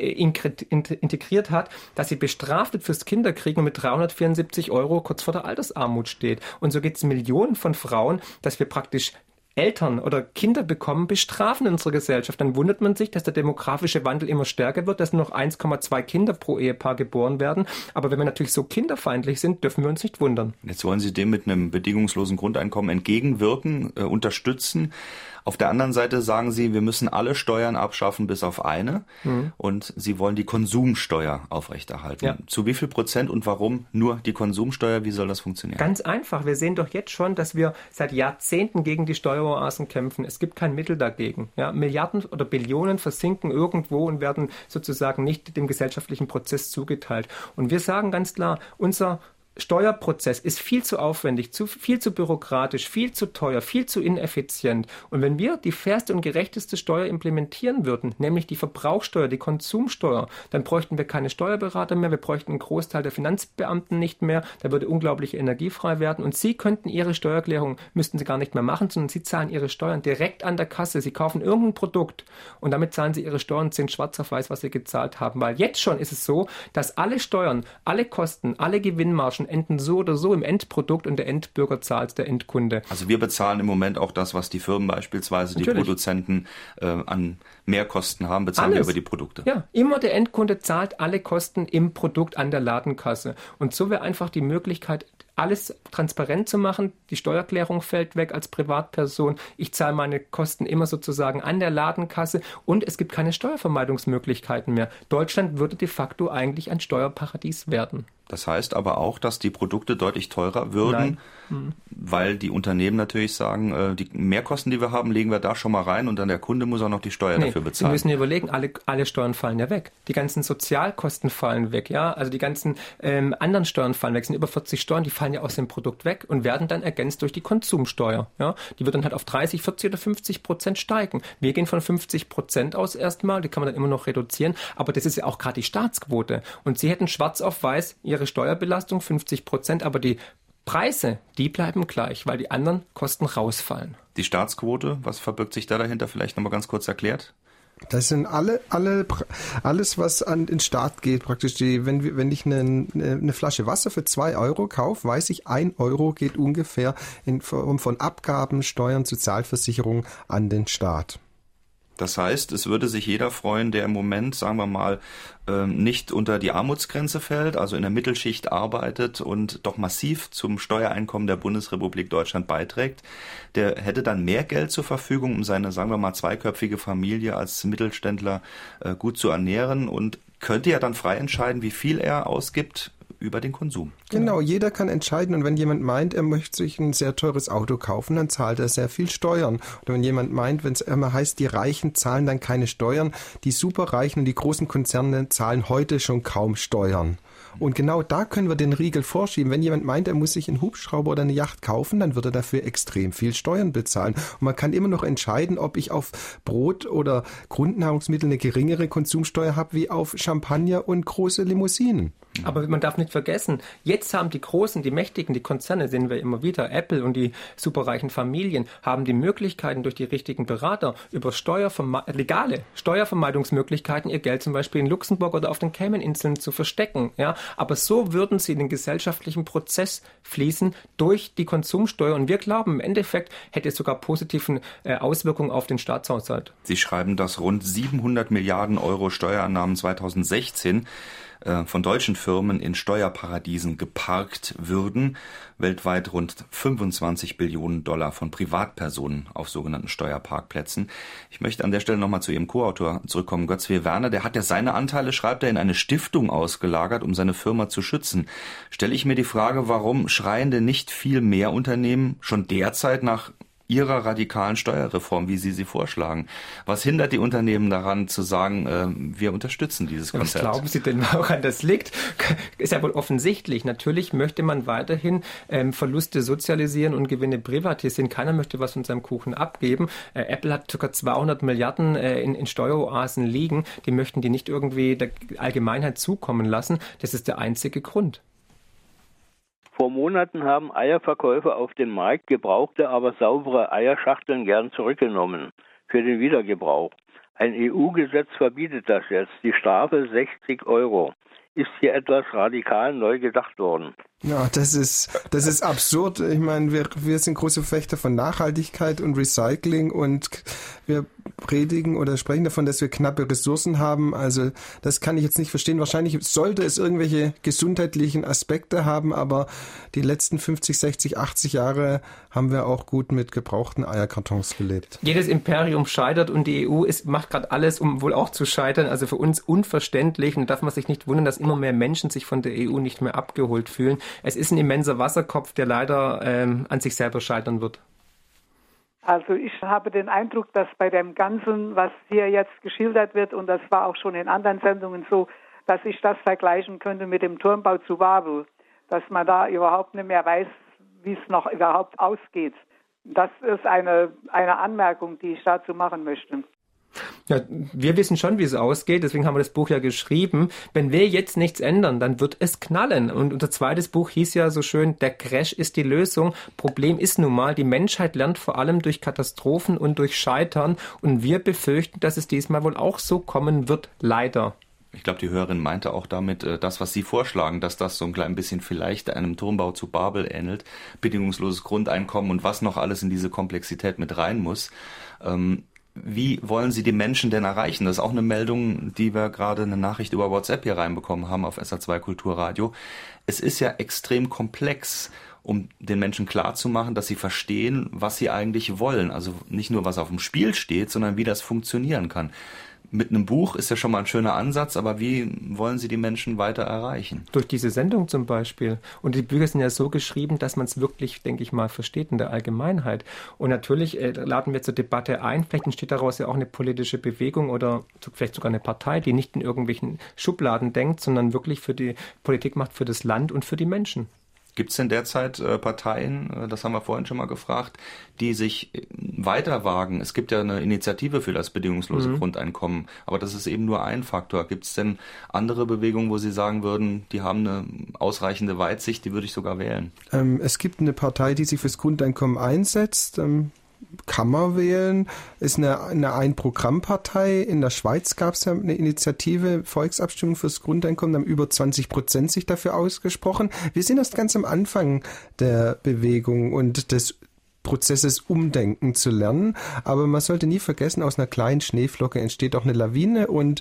[SPEAKER 3] integriert hat, dass sie bestraft wird fürs Kinderkriegen und mit 374 € kurz vor der Altersarmut steht. Und so geht es Millionen von Frauen, dass wir praktisch Eltern oder Kinder bekommen, bestrafen in unserer Gesellschaft. Dann wundert man sich, dass der demografische Wandel immer stärker wird, dass nur noch 1,2 Kinder pro Ehepaar geboren werden. Aber wenn wir natürlich so kinderfeindlich sind, dürfen wir uns nicht wundern.
[SPEAKER 2] Jetzt wollen Sie dem mit einem bedingungslosen Grundeinkommen entgegenwirken, unterstützen. Auf der anderen Seite sagen Sie, wir müssen alle Steuern abschaffen, bis auf eine. Und Sie wollen die Konsumsteuer aufrechterhalten. Ja. Zu wie viel Prozent und warum nur die Konsumsteuer? Wie soll das funktionieren?
[SPEAKER 3] Ganz einfach. Wir sehen doch jetzt schon, dass wir seit Jahrzehnten gegen die Steueroasen kämpfen. Es gibt kein Mittel dagegen. Ja, Milliarden oder Billionen versinken irgendwo und werden sozusagen nicht dem gesellschaftlichen Prozess zugeteilt. Und wir sagen ganz klar, unser Steuerprozess ist viel zu aufwendig, viel zu bürokratisch, viel zu teuer, viel zu ineffizient. Und wenn wir die fairste und gerechteste Steuer implementieren würden, nämlich die Verbrauchsteuer, die Konsumsteuer, dann bräuchten wir keine Steuerberater mehr, wir bräuchten einen Großteil der Finanzbeamten nicht mehr, da würde unglaubliche Energie frei werden und Sie könnten Ihre Steuererklärung, müssten Sie gar nicht mehr machen, sondern Sie zahlen Ihre Steuern direkt an der Kasse. Sie kaufen irgendein Produkt und damit zahlen Sie Ihre Steuern und sehen schwarz auf weiß, was Sie gezahlt haben. Weil jetzt schon ist es so, dass alle Steuern, alle Kosten, alle Gewinnmargen enden so oder so im Endprodukt und der Endbürger zahlt, der Endkunde.
[SPEAKER 2] Also wir bezahlen im Moment auch das, was die Firmen beispielsweise, die Produzenten an Mehrkosten haben, bezahlen wir über die Produkte.
[SPEAKER 3] Ja, immer der Endkunde zahlt alle Kosten im Produkt an der Ladenkasse. Und so wäre einfach die Möglichkeit, alles transparent zu machen. Die Steuererklärung fällt weg als Privatperson. Ich zahle meine Kosten immer sozusagen an der Ladenkasse und es gibt keine Steuervermeidungsmöglichkeiten mehr. Deutschland würde de facto eigentlich ein Steuerparadies werden.
[SPEAKER 2] Das heißt aber auch, dass die Produkte deutlich teurer würden, weil die Unternehmen natürlich sagen, die Mehrkosten, die wir haben, legen wir da schon mal rein und dann der Kunde muss auch noch die Steuer dafür bezahlen.
[SPEAKER 3] Sie müssen überlegen, alle Steuern fallen ja weg. Die ganzen Sozialkosten fallen weg, ja, also die ganzen anderen Steuern fallen weg. Es sind über 40 Steuern, die fallen fallen ja aus dem Produkt weg und werden dann ergänzt durch die Konsumsteuer. Ja? Die wird dann halt auf 30, 40 oder 50% steigen. Wir gehen von 50% aus erstmal, die kann man dann immer noch reduzieren, aber das ist ja auch gerade die Staatsquote. Und Sie hätten schwarz auf weiß ihre Steuerbelastung 50%, aber die Preise, die bleiben gleich, weil die anderen Kosten rausfallen.
[SPEAKER 2] Die Staatsquote, was verbirgt sich da dahinter? Vielleicht nochmal ganz kurz erklärt.
[SPEAKER 4] Das sind alles, was an den Staat geht, praktisch. Wenn ich eine Flasche Wasser für 2 Euro kaufe, weiß ich, 1 Euro geht ungefähr in Form von Abgaben, Steuern, Sozialversicherung an den Staat.
[SPEAKER 2] Das heißt, es würde sich jeder freuen, der im Moment, sagen wir mal, nicht unter die Armutsgrenze fällt, also in der Mittelschicht arbeitet und doch massiv zum Steuereinkommen der Bundesrepublik Deutschland beiträgt. Der hätte dann mehr Geld zur Verfügung, um seine, sagen wir mal, zweiköpfige Familie als Mittelständler gut zu ernähren und könnte ja dann frei entscheiden, wie viel er ausgibt über den Konsum.
[SPEAKER 4] Genau, jeder kann entscheiden. Und wenn jemand meint, er möchte sich ein sehr teures Auto kaufen, dann zahlt er sehr viel Steuern. Oder wenn jemand meint, wenn es immer heißt, die Reichen zahlen dann keine Steuern, die Superreichen und die großen Konzerne zahlen heute schon kaum Steuern. Und genau da können wir den Riegel vorschieben. Wenn jemand meint, er muss sich einen Hubschrauber oder eine Yacht kaufen, dann wird er dafür extrem viel Steuern bezahlen. Und man kann immer noch entscheiden, ob ich auf Brot oder Grundnahrungsmittel eine geringere Konsumsteuer habe, wie auf Champagner und große Limousinen.
[SPEAKER 3] Aber man darf nicht vergessen, jetzt haben die Großen, die Mächtigen, die Konzerne, sehen wir immer wieder, Apple und die superreichen Familien, haben die Möglichkeiten durch die richtigen Berater über legale Steuervermeidungsmöglichkeiten ihr Geld zum Beispiel in Luxemburg oder auf den Cayman-Inseln zu verstecken. Ja? Aber so würden sie in den gesellschaftlichen Prozess fließen durch die Konsumsteuer. Und wir glauben, im Endeffekt hätte es sogar positiven Auswirkungen auf den Staatshaushalt.
[SPEAKER 2] Sie schreiben, dass rund 700 Milliarden Euro Steuereinnahmen 2016 von deutschen Firmen in Steuerparadiesen geparkt würden. Weltweit rund 25 Billionen Dollar von Privatpersonen auf sogenannten Steuerparkplätzen. Ich möchte an der Stelle nochmal zu Ihrem Co-Autor zurückkommen, Götz W. Werner. Der hat ja seine Anteile, schreibt er, in eine Stiftung ausgelagert, um seine Firma zu schützen. Stelle ich mir die Frage, warum schreien denn nicht viel mehr Unternehmen schon derzeit nach Ihrer radikalen Steuerreform, wie Sie sie vorschlagen? Was hindert die Unternehmen daran zu sagen, wir unterstützen dieses Konzept?
[SPEAKER 3] Was glauben Sie denn, woran das liegt? Ist ja wohl offensichtlich. Natürlich möchte man weiterhin Verluste sozialisieren und Gewinne privatisieren. Keiner möchte was von seinem Kuchen abgeben. Apple hat ca. 200 Milliarden in Steueroasen liegen. Die möchten die nicht irgendwie der Allgemeinheit zukommen lassen. Das ist der einzige Grund.
[SPEAKER 9] Vor Monaten haben Eierverkäufer auf dem Markt gebrauchte, aber saubere Eierschachteln gern zurückgenommen für den Wiedergebrauch. Ein EU-Gesetz verbietet das jetzt. Die Strafe 60 €. Ist hier etwas radikal neu gedacht worden?
[SPEAKER 4] Ja, das ist absurd. Ich meine, wir sind große Verfechter von Nachhaltigkeit und Recycling und wir predigen oder sprechen davon, dass wir knappe Ressourcen haben. Also das kann ich jetzt nicht verstehen. Wahrscheinlich sollte es irgendwelche gesundheitlichen Aspekte haben, aber die letzten 50, 60, 80 Jahre haben wir auch gut mit gebrauchten Eierkartons gelebt.
[SPEAKER 3] Jedes Imperium scheitert und die EU macht gerade alles, um wohl auch zu scheitern. Also für uns unverständlich und da darf man sich nicht wundern, dass immer mehr Menschen sich von der EU nicht mehr abgeholt fühlen. Es ist ein immenser Wasserkopf, der leider an sich selber scheitern wird.
[SPEAKER 10] Also ich habe den Eindruck, dass bei dem Ganzen, was hier jetzt geschildert wird, und das war auch schon in anderen Sendungen so, dass ich das vergleichen könnte mit dem Turmbau zu Babel, dass man da überhaupt nicht mehr weiß, wie es noch überhaupt ausgeht. Das ist eine Anmerkung, die ich dazu machen möchte.
[SPEAKER 3] Ja, wir wissen schon, wie es ausgeht, deswegen haben wir das Buch ja geschrieben. Wenn wir jetzt nichts ändern, dann wird es knallen. Und unser zweites Buch hieß ja so schön, der Crash ist die Lösung. Problem ist nun mal, die Menschheit lernt vor allem durch Katastrophen und durch Scheitern. Und wir befürchten, dass es diesmal wohl auch so kommen wird, leider.
[SPEAKER 2] Ich glaube, die Hörerin meinte auch damit, das, was Sie vorschlagen, dass das so ein klein bisschen vielleicht einem Turmbau zu Babel ähnelt, bedingungsloses Grundeinkommen und was noch alles in diese Komplexität mit rein muss. Wie wollen Sie die Menschen denn erreichen? Das ist auch eine Meldung, die wir gerade eine Nachricht über WhatsApp hier reinbekommen haben auf SR2 Kulturradio. Es ist ja extrem komplex, um den Menschen klarzumachen, dass sie verstehen, was sie eigentlich wollen. Also nicht nur, was auf dem Spiel steht, sondern wie das funktionieren kann. Mit einem Buch ist ja schon mal ein schöner Ansatz, aber wie wollen Sie die Menschen weiter erreichen?
[SPEAKER 3] Durch diese Sendung zum Beispiel. Und die Bücher sind ja so geschrieben, dass man es wirklich, denke ich mal, versteht in der Allgemeinheit. Und natürlich laden wir zur Debatte ein. Vielleicht entsteht daraus ja auch eine politische Bewegung oder vielleicht sogar eine Partei, die nicht in irgendwelchen Schubladen denkt, sondern wirklich für die Politik macht für das Land und für die Menschen.
[SPEAKER 2] Gibt es denn derzeit Parteien, das haben wir vorhin schon mal gefragt, die sich weiter wagen? Es gibt ja eine Initiative für das bedingungslose Grundeinkommen, aber das ist eben nur ein Faktor. Gibt es denn andere Bewegungen, wo Sie sagen würden, die haben eine ausreichende Weitsicht, die würde ich sogar wählen?
[SPEAKER 4] Es gibt eine Partei, die sich fürs Grundeinkommen einsetzt. Kann man wählen, ist eine Ein-Programm-Partei. In der Schweiz gab es ja eine Initiative, Volksabstimmung fürs Grundeinkommen, haben über 20% sich dafür ausgesprochen. Wir sind erst ganz am Anfang der Bewegung und des Prozesses Umdenken zu lernen, aber man sollte nie vergessen, aus einer kleinen Schneeflocke entsteht auch eine Lawine und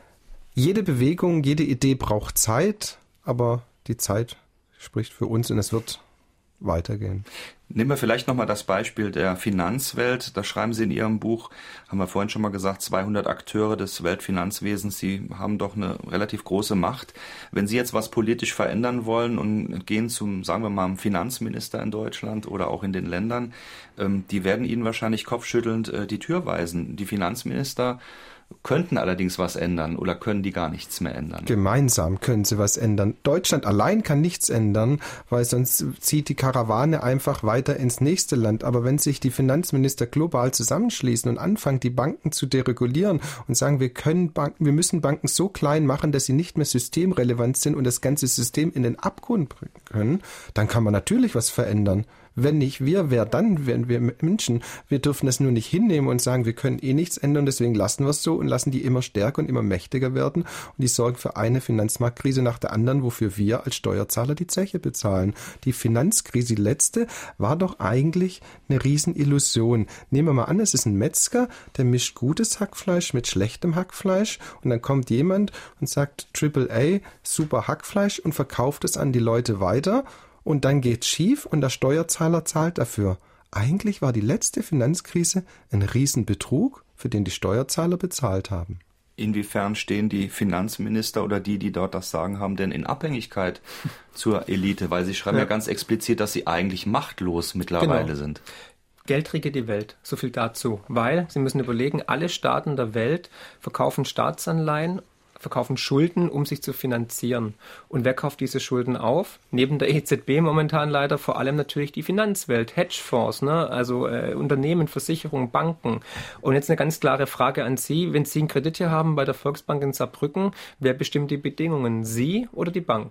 [SPEAKER 4] jede Bewegung, jede Idee braucht Zeit, aber die Zeit spricht für uns und es wird weitergehen.
[SPEAKER 2] Nehmen wir vielleicht nochmal das Beispiel der Finanzwelt. Da schreiben Sie in Ihrem Buch, haben wir vorhin schon mal gesagt, 200 Akteure des Weltfinanzwesens, die haben doch eine relativ große Macht. Wenn Sie jetzt was politisch verändern wollen und gehen zum, sagen wir mal, Finanzminister in Deutschland oder auch in den Ländern, die werden Ihnen wahrscheinlich kopfschüttelnd die Tür weisen. Die Finanzminister könnten allerdings was ändern oder können die gar nichts mehr ändern?
[SPEAKER 4] Gemeinsam können sie was ändern. Deutschland allein kann nichts ändern, weil sonst zieht die Karawane einfach weiter ins nächste Land. Aber wenn sich die Finanzminister global zusammenschließen und anfangen, die Banken zu deregulieren und sagen, wir müssen Banken so klein machen, dass sie nicht mehr systemrelevant sind und das ganze System in den Abgrund bringen können, dann kann man natürlich was verändern. Wenn nicht wir, wer dann? Wenn wir Menschen. Wir dürfen das nur nicht hinnehmen und sagen, wir können eh nichts ändern, deswegen lassen wir es so und lassen die immer stärker und immer mächtiger werden. Und die sorgen für eine Finanzmarktkrise nach der anderen, wofür wir als Steuerzahler die Zeche bezahlen. Die Finanzkrise, die letzte, war doch eigentlich eine Riesenillusion. Nehmen wir mal an, es ist ein Metzger, der mischt gutes Hackfleisch mit schlechtem Hackfleisch und dann kommt jemand und sagt AAA, super Hackfleisch und verkauft es an die Leute weiter. Und dann geht's schief und der Steuerzahler zahlt dafür. Eigentlich war die letzte Finanzkrise ein Riesenbetrug, für den die Steuerzahler bezahlt haben.
[SPEAKER 2] Inwiefern stehen die Finanzminister oder die dort das Sagen haben, denn in Abhängigkeit zur Elite? Weil Sie schreiben ja ganz explizit, dass sie eigentlich machtlos mittlerweile sind.
[SPEAKER 3] Geld regiert die Welt, so viel dazu. Weil, Sie müssen überlegen, alle Staaten der Welt verkaufen Staatsanleihen, verkaufen Schulden, um sich zu finanzieren. Und wer kauft diese Schulden auf? Neben der EZB momentan leider vor allem natürlich die Finanzwelt, Hedgefonds, also Unternehmen, Versicherungen, Banken. Und jetzt eine ganz klare Frage an Sie. Wenn Sie einen Kredit hier haben bei der Volksbank in Saarbrücken, wer bestimmt die Bedingungen? Sie oder die Bank?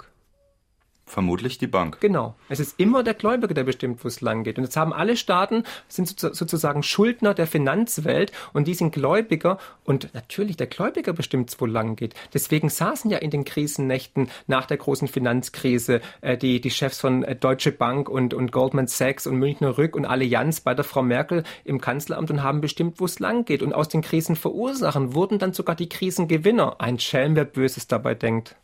[SPEAKER 2] Vermutlich die Bank.
[SPEAKER 3] Genau. Es ist immer der Gläubiger, der bestimmt, wo es lang geht. Und jetzt haben alle Staaten, sind sozusagen Schuldner der Finanzwelt und die sind Gläubiger und natürlich der Gläubiger bestimmt, wo lang geht. Deswegen saßen ja in den Krisennächten nach der großen Finanzkrise die Chefs von Deutsche Bank und Goldman Sachs und Münchner Rück und Allianz bei der Frau Merkel im Kanzleramt und haben bestimmt, wo es lang geht. Und aus den Krisenverursachern wurden dann sogar die Krisengewinner. Ein Schelm, wer Böses dabei denkt.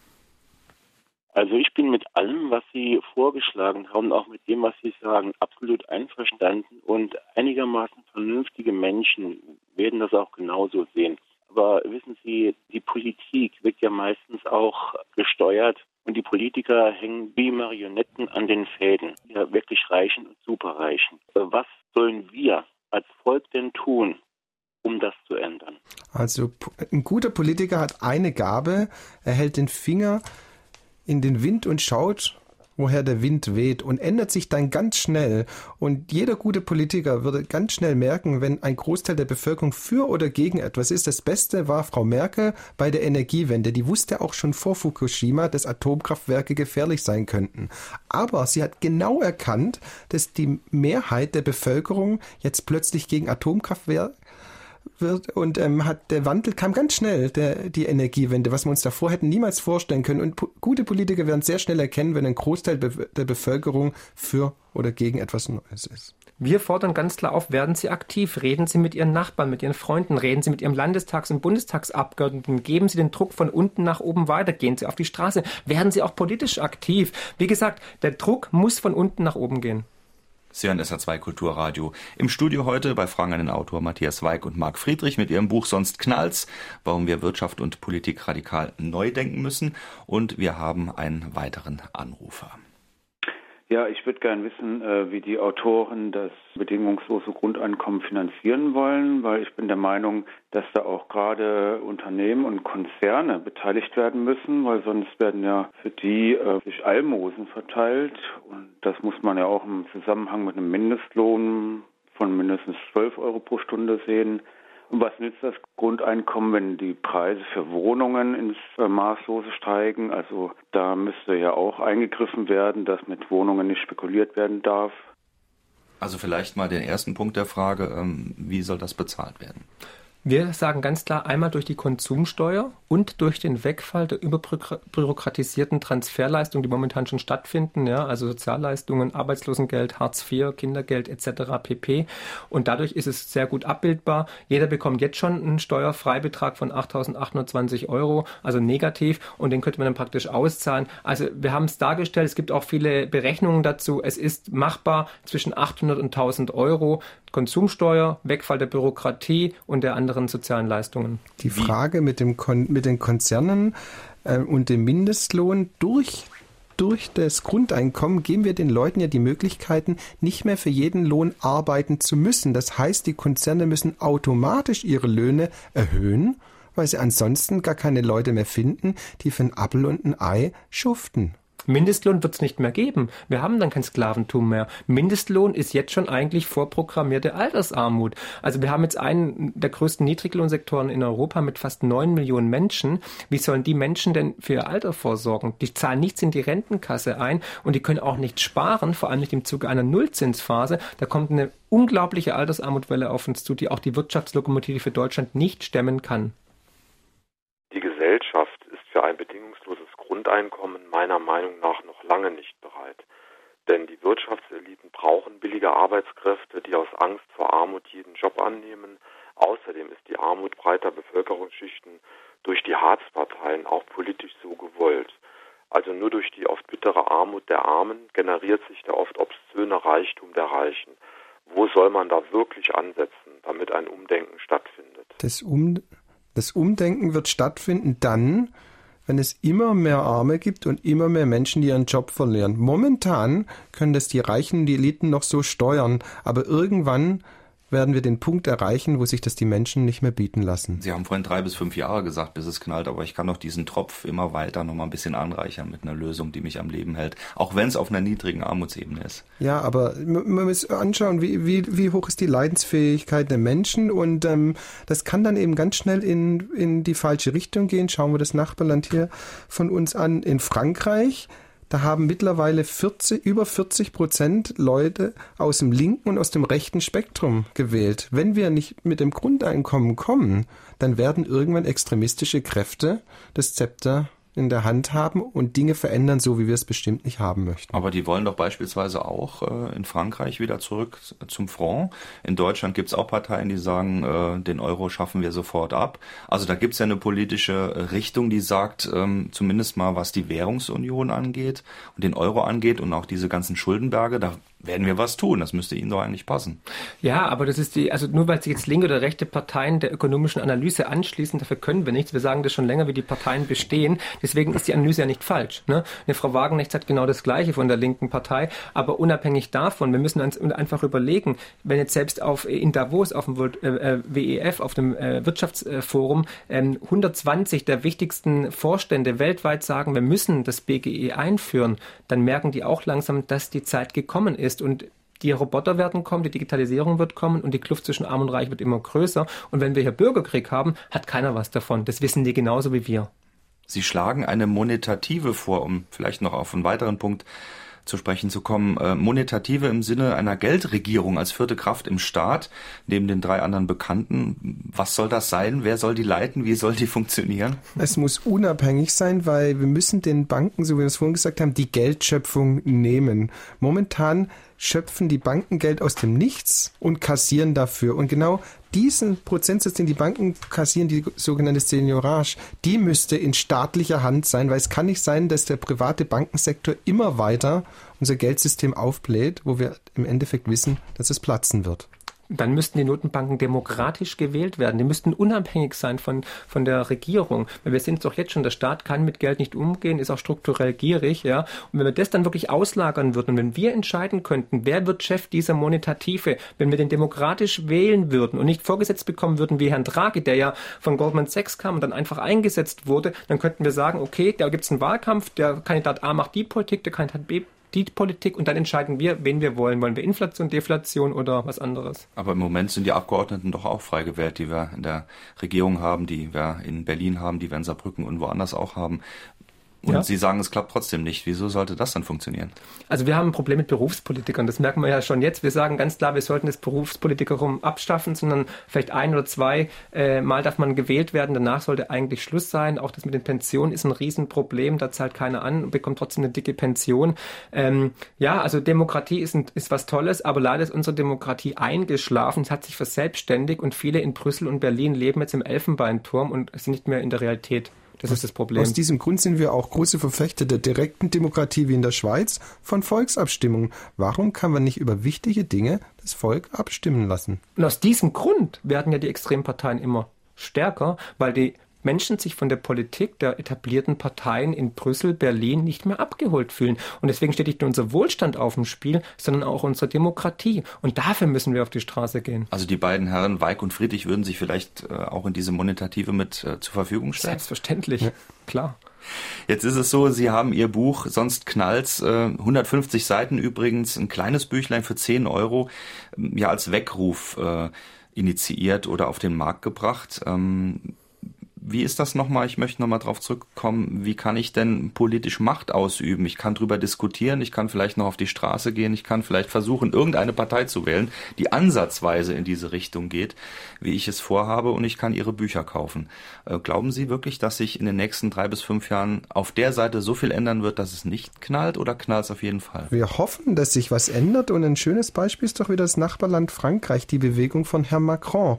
[SPEAKER 5] Also ich bin mit allem, was Sie vorgeschlagen haben, auch mit dem, was Sie sagen, absolut einverstanden und einigermaßen vernünftige Menschen werden das auch genauso sehen. Aber wissen Sie, die Politik wird ja meistens auch gesteuert und die Politiker hängen wie Marionetten an den Fäden, ja wirklich Reichen und Superreichen. Was sollen wir als Volk denn tun, um das zu ändern?
[SPEAKER 4] Also ein guter Politiker hat eine Gabe, er hält den Finger in den Wind und schaut, woher der Wind weht und ändert sich dann ganz schnell. Und jeder gute Politiker würde ganz schnell merken, wenn ein Großteil der Bevölkerung für oder gegen etwas ist. Das Beste war Frau Merkel bei der Energiewende. Die wusste auch schon vor Fukushima, dass Atomkraftwerke gefährlich sein könnten. Aber sie hat genau erkannt, dass die Mehrheit der Bevölkerung jetzt plötzlich gegen Atomkraftwerke wird und der Wandel kam ganz schnell, die Energiewende, was wir uns davor hätten niemals vorstellen können. Und gute Politiker werden sehr schnell erkennen, wenn ein Großteil der Bevölkerung für oder gegen etwas Neues ist.
[SPEAKER 3] Wir fordern ganz klar auf, werden Sie aktiv, reden Sie mit Ihren Nachbarn, mit Ihren Freunden, reden Sie mit Ihrem Landestags- und Bundestagsabgeordneten, geben Sie den Druck von unten nach oben weiter, gehen Sie auf die Straße, werden Sie auch politisch aktiv. Wie gesagt, der Druck muss von unten nach oben gehen.
[SPEAKER 2] Sie hören SR2 Kulturradio. Im Studio heute bei Fragen an den Autor Matthias Weig und Marc Friedrich mit ihrem Buch Sonst knallt's, warum wir Wirtschaft und Politik radikal neu denken müssen. Und wir haben einen weiteren Anrufer.
[SPEAKER 11] Ja, ich würde gern wissen, wie die Autoren das bedingungslose Grundeinkommen finanzieren wollen, weil ich bin der Meinung, dass da auch gerade Unternehmen und Konzerne beteiligt werden müssen, weil sonst werden ja für die sich Almosen verteilt und das muss man ja auch im Zusammenhang mit einem Mindestlohn von mindestens 12 Euro pro Stunde sehen. Und was nützt das Grundeinkommen, wenn die Preise für Wohnungen ins Maßlose steigen? Also da müsste ja auch eingegriffen werden, dass mit Wohnungen nicht spekuliert werden darf.
[SPEAKER 2] Also vielleicht mal den ersten Punkt der Frage, wie soll das bezahlt werden?
[SPEAKER 3] Wir sagen ganz klar, einmal durch die Konsumsteuer und durch den Wegfall der überbürokratisierten Transferleistungen, die momentan schon stattfinden, ja, also Sozialleistungen, Arbeitslosengeld, Hartz IV, Kindergeld etc. pp. Und dadurch ist es sehr gut abbildbar. Jeder bekommt jetzt schon einen Steuerfreibetrag von 8.820 €, also negativ, und den könnte man dann praktisch auszahlen. Also wir haben es dargestellt, es gibt auch viele Berechnungen dazu. Es ist machbar zwischen 800 und 1.000 € Konsumsteuer, Wegfall der Bürokratie und der anderen sozialen Leistungen.
[SPEAKER 4] Die Frage mit den Konzernen und dem Mindestlohn durch das Grundeinkommen geben wir den Leuten ja die Möglichkeiten, nicht mehr für jeden Lohn arbeiten zu müssen. Das heißt, die Konzerne müssen automatisch ihre Löhne erhöhen, weil sie ansonsten gar keine Leute mehr finden, die für ein Appel und ein Ei schuften.
[SPEAKER 3] Mindestlohn wird es nicht mehr geben. Wir haben dann kein Sklaventum mehr. Mindestlohn ist jetzt schon eigentlich vorprogrammierte Altersarmut. Also wir haben jetzt einen der größten Niedriglohnsektoren in Europa mit fast 9 Millionen Menschen. Wie sollen die Menschen denn für ihr Alter vorsorgen? Die zahlen nichts in die Rentenkasse ein und die können auch nicht sparen, vor allem nicht im Zuge einer Nullzinsphase. Da kommt eine unglaubliche Altersarmutwelle auf uns zu, die auch die Wirtschaftslokomotive für Deutschland nicht stemmen kann.
[SPEAKER 12] Die Gesellschaft ist für ein bedingungsloses Grundeinkommen meiner Meinung nach noch lange nicht bereit. Denn die Wirtschaftseliten brauchen billige Arbeitskräfte, die aus Angst vor Armut jeden Job annehmen. Außerdem ist die Armut breiter Bevölkerungsschichten durch die Hartz-Parteien auch politisch so gewollt. Also nur durch die oft bittere Armut der Armen generiert sich der oft obszöne Reichtum der Reichen. Wo soll man da wirklich ansetzen, damit ein Umdenken stattfindet?
[SPEAKER 4] Das Umdenken wird stattfinden dann, wenn es immer mehr Arme gibt und immer mehr Menschen, die ihren Job verlieren. Momentan können das die Reichen und die Eliten noch so steuern, aber irgendwann werden wir den Punkt erreichen, wo sich das die Menschen nicht mehr bieten lassen.
[SPEAKER 2] Sie haben vorhin 3 bis 5 Jahre gesagt, bis es knallt, aber ich kann doch diesen Tropf immer weiter noch mal ein bisschen anreichern mit einer Lösung, die mich am Leben hält, auch wenn es auf einer niedrigen Armutsebene ist.
[SPEAKER 4] Ja, aber man muss anschauen, wie hoch ist die Leidensfähigkeit der Menschen und das kann dann eben ganz schnell in die falsche Richtung gehen. Schauen wir das Nachbarland hier von uns an in Frankreich. Da haben mittlerweile über 40% Leute aus dem linken und aus dem rechten Spektrum gewählt. Wenn wir nicht mit dem Grundeinkommen kommen, dann werden irgendwann extremistische Kräfte das Zepter in der Hand haben und Dinge verändern, so wie wir es bestimmt nicht haben möchten.
[SPEAKER 2] Aber die wollen doch beispielsweise auch in Frankreich wieder zurück zum Franc. In Deutschland gibt es auch Parteien, die sagen, den Euro schaffen wir sofort ab. Also da gibt es ja eine politische Richtung, die sagt, zumindest mal was die Währungsunion angeht und den Euro angeht und auch diese ganzen Schuldenberge, da werden wir was tun. Das müsste Ihnen doch eigentlich passen.
[SPEAKER 3] Ja, aber das ist also nur weil sich jetzt linke oder rechte Parteien der ökonomischen Analyse anschließen, dafür können wir nichts. Wir sagen das schon länger, wie die Parteien bestehen. Deswegen ist die Analyse ja nicht falsch. Ne? Eine Frau Wagenknecht hat genau das Gleiche von der linken Partei. Aber unabhängig davon, wir müssen uns einfach überlegen, wenn jetzt selbst in Davos, auf dem WEF, auf dem Wirtschaftsforum, 120 der wichtigsten Vorstände weltweit sagen, wir müssen das BGE einführen, dann merken die auch langsam, dass die Zeit gekommen ist. Und die Roboter werden kommen, die Digitalisierung wird kommen und die Kluft zwischen Arm und Reich wird immer größer. Und wenn wir hier Bürgerkrieg haben, hat keiner was davon. Das wissen die genauso wie wir.
[SPEAKER 2] Sie schlagen eine Monetative vor, um vielleicht noch auf einen weiteren Punkt zu sprechen zu kommen. Monetative im Sinne einer Geldregierung als vierte Kraft im Staat, neben den 3 anderen Bekannten. Was soll das sein? Wer soll die leiten? Wie soll die funktionieren?
[SPEAKER 4] Es muss unabhängig sein, weil wir müssen den Banken, so wie wir es vorhin gesagt haben, die Geldschöpfung nehmen. Momentan schöpfen die Banken Geld aus dem Nichts und kassieren dafür. Und genau diesen Prozentsatz, den die Banken kassieren, die sogenannte Seigneurage, die müsste in staatlicher Hand sein, weil es kann nicht sein, dass der private Bankensektor immer weiter unser Geldsystem aufbläht, wo wir im Endeffekt wissen, dass es platzen wird.
[SPEAKER 3] dann müssten die Notenbanken demokratisch gewählt werden. Die müssten unabhängig sein von der Regierung. Weil wir sehen es doch jetzt schon, der Staat kann mit Geld nicht umgehen, ist auch strukturell gierig. Ja. Und wenn wir das dann wirklich auslagern würden und wenn wir entscheiden könnten, wer wird Chef dieser Monetative, wenn wir den demokratisch wählen würden und nicht vorgesetzt bekommen würden wie Herrn Draghi, der ja von Goldman Sachs kam und dann einfach eingesetzt wurde, dann könnten wir sagen, okay, da gibt es einen Wahlkampf, der Kandidat A macht die Politik, der Kandidat B die Politik und dann entscheiden wir, wen wir wollen. Wollen wir Inflation, Deflation oder was anderes?
[SPEAKER 2] Aber im Moment sind die Abgeordneten doch auch frei gewählt, die wir in der Regierung haben, die wir in Berlin haben, die wir in Saarbrücken und woanders auch haben. Und ja. Sie sagen, es klappt trotzdem nicht. Wieso sollte das dann funktionieren?
[SPEAKER 3] Also wir haben ein Problem mit Berufspolitikern. Das merken wir ja schon jetzt. Wir sagen ganz klar, wir sollten das Berufspolitikertum abschaffen, sondern vielleicht 1 oder 2 Mal darf man gewählt werden. Danach sollte eigentlich Schluss sein. Auch das mit den Pensionen ist ein Riesenproblem. Da zahlt keiner an und bekommt trotzdem eine dicke Pension. Ja, also Demokratie ist was Tolles, aber leider ist unsere Demokratie eingeschlafen. Es hat sich verselbstständigt und viele in Brüssel und Berlin leben jetzt im Elfenbeinturm und sind nicht mehr in der Realität. Das ist das Problem.
[SPEAKER 4] Aus diesem Grund sind wir auch große Verfechter der direkten Demokratie wie in der Schweiz von Volksabstimmungen. Warum kann man nicht über wichtige Dinge das Volk abstimmen lassen?
[SPEAKER 3] Und aus diesem Grund werden ja die Extremparteien immer stärker, weil die Menschen sich von der Politik der etablierten Parteien in Brüssel, Berlin nicht mehr abgeholt fühlen. Und deswegen steht nicht nur unser Wohlstand auf dem Spiel, sondern auch unsere Demokratie. Und dafür müssen wir auf die Straße gehen.
[SPEAKER 2] Also die beiden Herren, Weig und Friedrich, würden sich vielleicht auch in diese Monetative mit zur Verfügung stellen?
[SPEAKER 3] Selbstverständlich, ja. Klar.
[SPEAKER 2] Jetzt ist es so, Sie haben Ihr Buch Sonst knallt's, 150 Seiten übrigens, ein kleines Büchlein für 10 €, ja als Weckruf initiiert oder auf den Markt gebracht. Wie ist das nochmal? Ich möchte nochmal drauf zurückkommen. Wie kann ich denn politisch Macht ausüben? Ich kann drüber diskutieren, ich kann vielleicht noch auf die Straße gehen, ich kann vielleicht versuchen, irgendeine Partei zu wählen, die ansatzweise in diese Richtung geht, wie ich es vorhabe, und ich kann Ihre Bücher kaufen. Glauben Sie wirklich, dass sich in den nächsten 3 bis 5 Jahren auf der Seite so viel ändern wird, dass es nicht knallt, oder knallt es auf jeden Fall?
[SPEAKER 4] Wir hoffen, dass sich was ändert, und ein schönes Beispiel ist doch wieder das Nachbarland Frankreich, die Bewegung von Herrn Macron.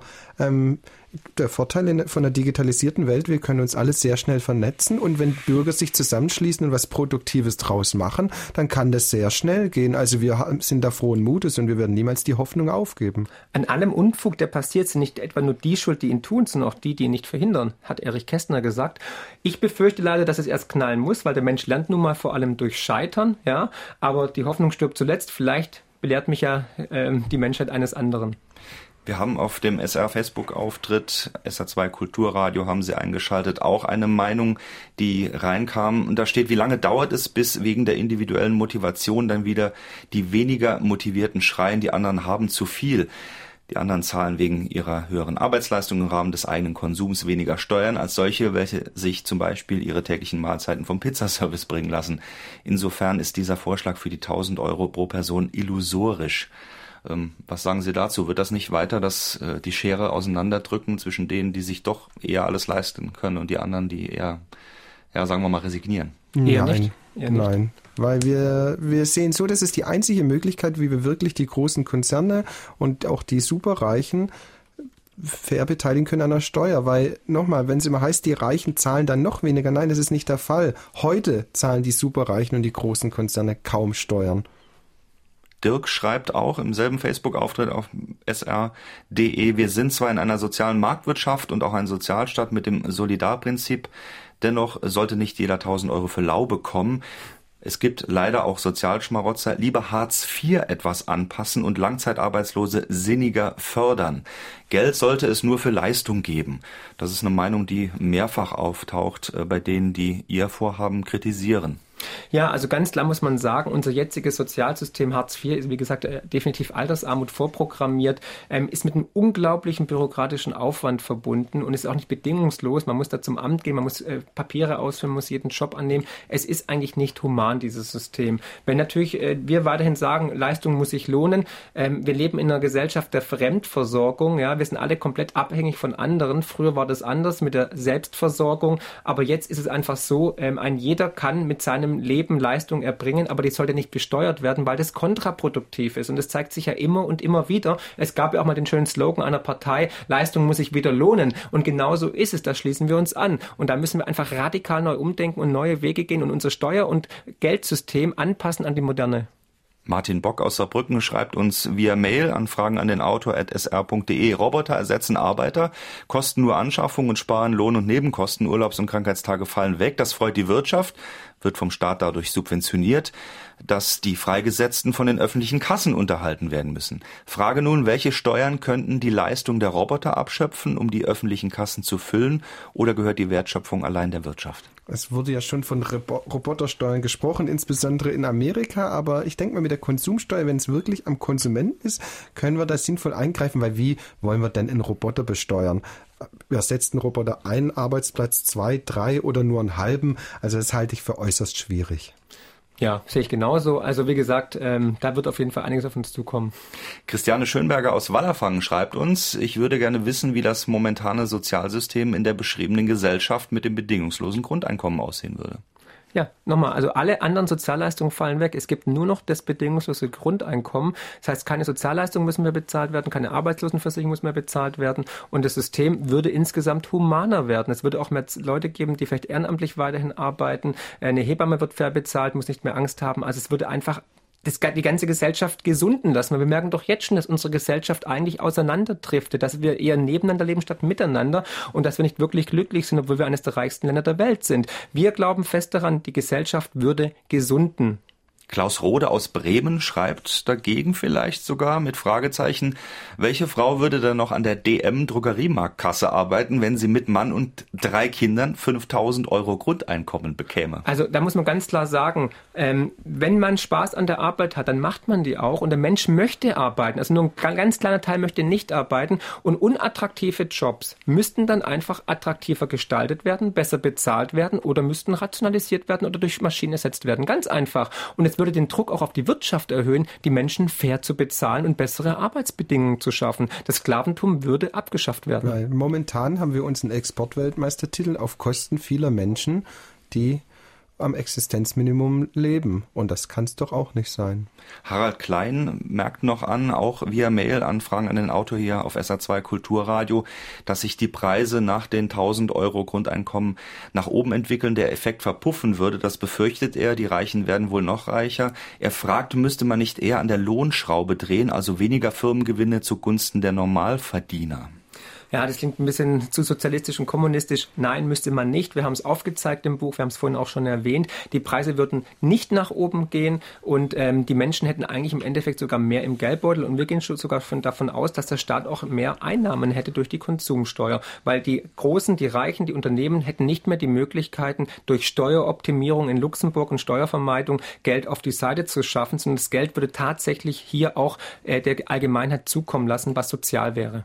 [SPEAKER 4] Der Vorteil von der digitalisierten Welt, wir können uns alles sehr schnell vernetzen, und wenn Bürger sich zusammenschließen und was Produktives draus machen, dann kann das sehr schnell gehen. Also wir sind da frohen Mutes und wir werden niemals die Hoffnung aufgeben.
[SPEAKER 3] An allem Unfug, der passiert, sind nicht etwa nur die schuld, die ihn tun, sondern auch die ihn nicht verhindern, hat Erich Kästner gesagt. Ich befürchte leider, dass es erst knallen muss, weil der Mensch lernt nun mal vor allem durch Scheitern, ja, aber die Hoffnung stirbt zuletzt. Vielleicht belehrt mich ja die Menschheit eines anderen.
[SPEAKER 2] Wir haben auf dem SR-Facebook-Auftritt, SR2 Kulturradio, haben Sie eingeschaltet, auch eine Meinung, die reinkam. Und da steht: Wie lange dauert es, bis wegen der individuellen Motivation dann wieder die weniger Motivierten schreien, die anderen haben zu viel? Die anderen zahlen wegen ihrer höheren Arbeitsleistung im Rahmen des eigenen Konsums weniger Steuern als solche, welche sich zum Beispiel ihre täglichen Mahlzeiten vom Pizzaservice bringen lassen. Insofern ist dieser Vorschlag für die 1.000 € pro Person illusorisch. Was sagen Sie dazu? Wird das nicht weiter die Schere auseinanderdrücken zwischen denen, die sich doch eher alles leisten können, und die anderen, die eher, ja, sagen wir mal, resignieren?
[SPEAKER 4] Nein, weil wir sehen so, das ist die einzige Möglichkeit, wie wir wirklich die großen Konzerne und auch die Superreichen fair beteiligen können an der Steuer, weil, nochmal, wenn es immer heißt, die Reichen zahlen dann noch weniger, nein, das ist nicht der Fall. Heute zahlen die Superreichen und die großen Konzerne kaum Steuern.
[SPEAKER 2] Dirk schreibt auch im selben Facebook-Auftritt auf sr.de: Wir sind zwar in einer sozialen Marktwirtschaft und auch ein Sozialstaat mit dem Solidarprinzip, dennoch sollte nicht jeder 1.000 € für lau bekommen. Es gibt leider auch Sozialschmarotzer. Lieber Hartz IV etwas anpassen und Langzeitarbeitslose sinniger fördern. Geld sollte es nur für Leistung geben. Das ist eine Meinung, die mehrfach auftaucht bei denen, die ihr Vorhaben kritisieren.
[SPEAKER 3] Ja, also ganz klar muss man sagen, unser jetziges Sozialsystem Hartz IV ist, wie gesagt, definitiv Altersarmut vorprogrammiert, ist mit einem unglaublichen bürokratischen Aufwand verbunden und ist auch nicht bedingungslos. Man muss da zum Amt gehen, man muss Papiere ausfüllen, man muss jeden Job annehmen. Es ist eigentlich nicht human, dieses System. Wenn natürlich wir weiterhin sagen, Leistung muss sich lohnen, wir leben in einer Gesellschaft der Fremdversorgung, ja, wir sind alle komplett abhängig von anderen. Früher war das anders mit der Selbstversorgung, aber jetzt ist es einfach so, ein jeder kann mit seinem Leben Leistung erbringen, aber die sollte nicht besteuert werden, weil das kontraproduktiv ist. Und das zeigt sich ja immer und immer wieder. Es gab ja auch mal den schönen Slogan einer Partei: Leistung muss sich wieder lohnen. Und genauso ist es, da schließen wir uns an. Und da müssen wir einfach radikal neu umdenken und neue Wege gehen und unser Steuer- und Geldsystem anpassen an die Moderne.
[SPEAKER 2] Martin Bock aus Saarbrücken schreibt uns via Mail an fragen@sr.de. Roboter ersetzen Arbeiter, kosten nur Anschaffung und sparen Lohn- und Nebenkosten, Urlaubs- und Krankheitstage fallen weg. Das freut die Wirtschaft, wird vom Staat dadurch subventioniert, dass die Freigesetzten von den öffentlichen Kassen unterhalten werden müssen. Frage nun, welche Steuern könnten die Leistung der Roboter abschöpfen, um die öffentlichen Kassen zu füllen, oder gehört die Wertschöpfung allein der Wirtschaft?
[SPEAKER 4] Es wurde ja schon von Robotersteuern gesprochen, insbesondere in Amerika, aber ich denke mal, mit der Konsumsteuer, wenn es wirklich am Konsumenten ist, können wir da sinnvoll eingreifen, weil wie wollen wir denn einen Roboter besteuern? Ersetzt ein Roboter einen Arbeitsplatz, 2, 3 oder nur einen halben? Also das halte ich für äußerst schwierig.
[SPEAKER 3] Ja, sehe ich genauso. Also wie gesagt, da wird auf jeden Fall einiges auf uns zukommen.
[SPEAKER 2] Christiane Schönberger aus Wallerfangen schreibt uns, ich würde gerne wissen, wie das momentane Sozialsystem in der beschriebenen Gesellschaft mit dem bedingungslosen Grundeinkommen aussehen würde.
[SPEAKER 3] Ja, nochmal, also alle anderen Sozialleistungen fallen weg. Es gibt nur noch das bedingungslose Grundeinkommen. Das heißt, keine Sozialleistungen müssen mehr bezahlt werden, keine Arbeitslosenversicherung muss mehr bezahlt werden und das System würde insgesamt humaner werden. Es würde auch mehr Leute geben, die vielleicht ehrenamtlich weiterhin arbeiten. Eine Hebamme wird fair bezahlt, muss nicht mehr Angst haben. Also es würde einfach die ganze Gesellschaft gesunden lassen. Wir merken doch jetzt schon, dass unsere Gesellschaft eigentlich auseinanderdriftet, dass wir eher nebeneinander leben statt miteinander und dass wir nicht wirklich glücklich sind, obwohl wir eines der reichsten Länder der Welt sind. Wir glauben fest daran, die Gesellschaft würde gesunden.
[SPEAKER 2] Klaus Rode aus Bremen schreibt dagegen vielleicht sogar mit Fragezeichen, welche Frau würde denn noch an der DM-Drogeriemarktkasse arbeiten, wenn sie mit Mann und 3 Kindern 5.000 € Grundeinkommen bekäme?
[SPEAKER 3] Also da muss man ganz klar sagen, wenn man Spaß an der Arbeit hat, dann macht man die auch und der Mensch möchte arbeiten. Also nur ein ganz kleiner Teil möchte nicht arbeiten und unattraktive Jobs müssten dann einfach attraktiver gestaltet werden, besser bezahlt werden oder müssten rationalisiert werden oder durch Maschinen ersetzt werden. Ganz einfach. Und es würde den Druck auch auf die Wirtschaft erhöhen, die Menschen fair zu bezahlen und bessere Arbeitsbedingungen zu schaffen. Das Sklaventum würde abgeschafft werden.
[SPEAKER 4] Weil momentan haben wir uns einen Exportweltmeistertitel auf Kosten vieler Menschen, die am Existenzminimum leben. Und das kann es doch auch nicht sein.
[SPEAKER 2] Harald Klein merkt noch an, auch via Mail Anfragen an den Autor hier auf SA2 Kulturradio, dass sich die Preise nach den 1.000 € Grundeinkommen nach oben entwickeln, der Effekt verpuffen würde. Das befürchtet er, die Reichen werden wohl noch reicher. Er fragt, müsste man nicht eher an der Lohnschraube drehen, also weniger Firmengewinne zugunsten der Normalverdiener?
[SPEAKER 3] Ja, das klingt ein bisschen zu sozialistisch und kommunistisch. Nein, müsste man nicht. Wir haben es aufgezeigt im Buch, wir haben es vorhin auch schon erwähnt. Die Preise würden nicht nach oben gehen und die Menschen hätten eigentlich im Endeffekt sogar mehr im Geldbeutel. Und wir gehen schon sogar davon aus, dass der Staat auch mehr Einnahmen hätte durch die Konsumsteuer. Weil die Großen, die Reichen, die Unternehmen hätten nicht mehr die Möglichkeiten, durch Steueroptimierung in Luxemburg und Steuervermeidung Geld auf die Seite zu schaffen, sondern das Geld würde tatsächlich hier auch der Allgemeinheit zukommen lassen, was sozial wäre.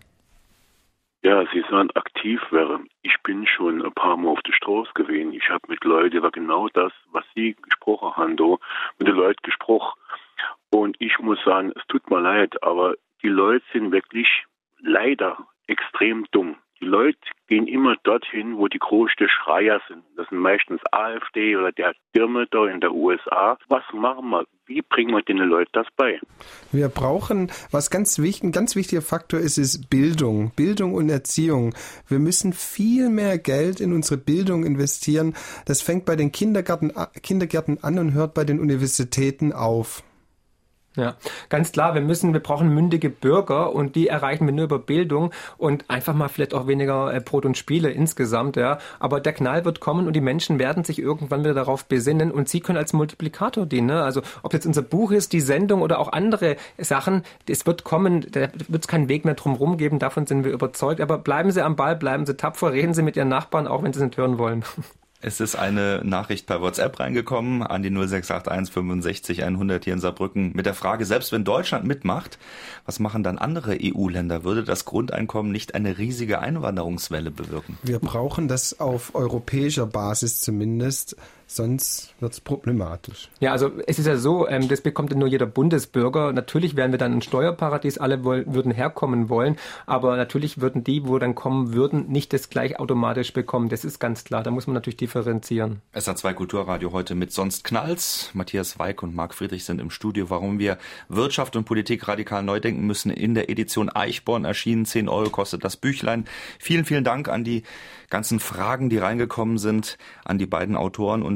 [SPEAKER 13] Ja, Sie sagen aktiv wäre. Ich bin schon ein paar Mal auf der Straße gewesen. Ich habe mit Leuten, war genau das, was Sie gesprochen haben, mit den Leuten gesprochen. Und ich muss sagen, es tut mir leid, aber die Leute sind wirklich leider extrem dumm. Die Leute gehen immer dorthin, wo die größten Schreier sind. Das sind meistens AfD oder der Firma da in der USA. Was machen wir? Wie bringen wir den Leuten das bei?
[SPEAKER 4] Wir brauchen, was ein ganz wichtiger Faktor ist Bildung. Bildung und Erziehung. Wir müssen viel mehr Geld in unsere Bildung investieren. Das fängt bei den Kindergärten an und hört bei den Universitäten auf.
[SPEAKER 3] Ja, ganz klar, wir brauchen mündige Bürger und die erreichen wir nur über Bildung und einfach mal vielleicht auch weniger Brot und Spiele insgesamt, ja. Aber der Knall wird kommen und die Menschen werden sich irgendwann wieder darauf besinnen und sie können als Multiplikator dienen, ne? Also ob jetzt unser Buch ist, die Sendung oder auch andere Sachen, es wird kommen, da wird es keinen Weg mehr drum herum geben, davon sind wir überzeugt. Aber bleiben Sie am Ball, bleiben Sie tapfer, reden Sie mit Ihren Nachbarn, auch wenn Sie es nicht hören wollen.
[SPEAKER 2] Es ist eine Nachricht per WhatsApp reingekommen an die 0681 65 100 hier in Saarbrücken mit der Frage, selbst wenn Deutschland mitmacht, was machen dann andere EU-Länder? Würde das Grundeinkommen nicht eine riesige Einwanderungswelle bewirken?
[SPEAKER 4] Wir brauchen das auf europäischer Basis zumindest, sonst wird es problematisch.
[SPEAKER 3] Ja, also es ist ja so, das bekommt ja nur jeder Bundesbürger. Natürlich wären wir dann ein Steuerparadies, alle würden herkommen wollen, aber natürlich würden die, wo dann kommen würden, nicht das gleich automatisch bekommen. Das ist ganz klar, da muss man natürlich differenzieren.
[SPEAKER 2] SA2 Kulturradio heute mit Sonst knallt's. Matthias Weig und Marc Friedrich sind im Studio. Warum wir Wirtschaft und Politik radikal neu denken müssen, in der Edition Eichborn erschienen. 10 € kostet das Büchlein. Vielen, vielen Dank an die ganzen Fragen, die reingekommen sind, an die beiden Autoren. Und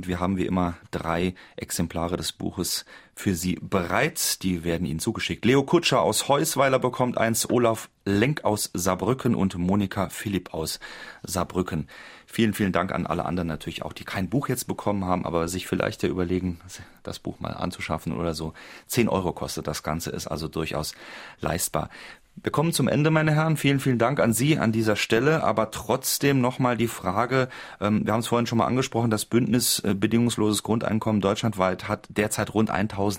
[SPEAKER 2] und wir haben wie immer 3 Exemplare des Buches für Sie bereit. Die werden Ihnen zugeschickt. Leo Kutscher aus Heusweiler bekommt eins, Olaf Lenk aus Saarbrücken und Monika Philipp aus Saarbrücken. Vielen, vielen Dank an alle anderen natürlich auch, die kein Buch jetzt bekommen haben, aber sich vielleicht ja überlegen, das Buch mal anzuschaffen oder so. 10 € kostet das Ganze, ist also durchaus leistbar. Wir kommen zum Ende, meine Herren. Vielen, vielen Dank an Sie an dieser Stelle. Aber trotzdem nochmal die Frage, wir haben es vorhin schon mal angesprochen, das Bündnis Bedingungsloses Grundeinkommen deutschlandweit hat derzeit rund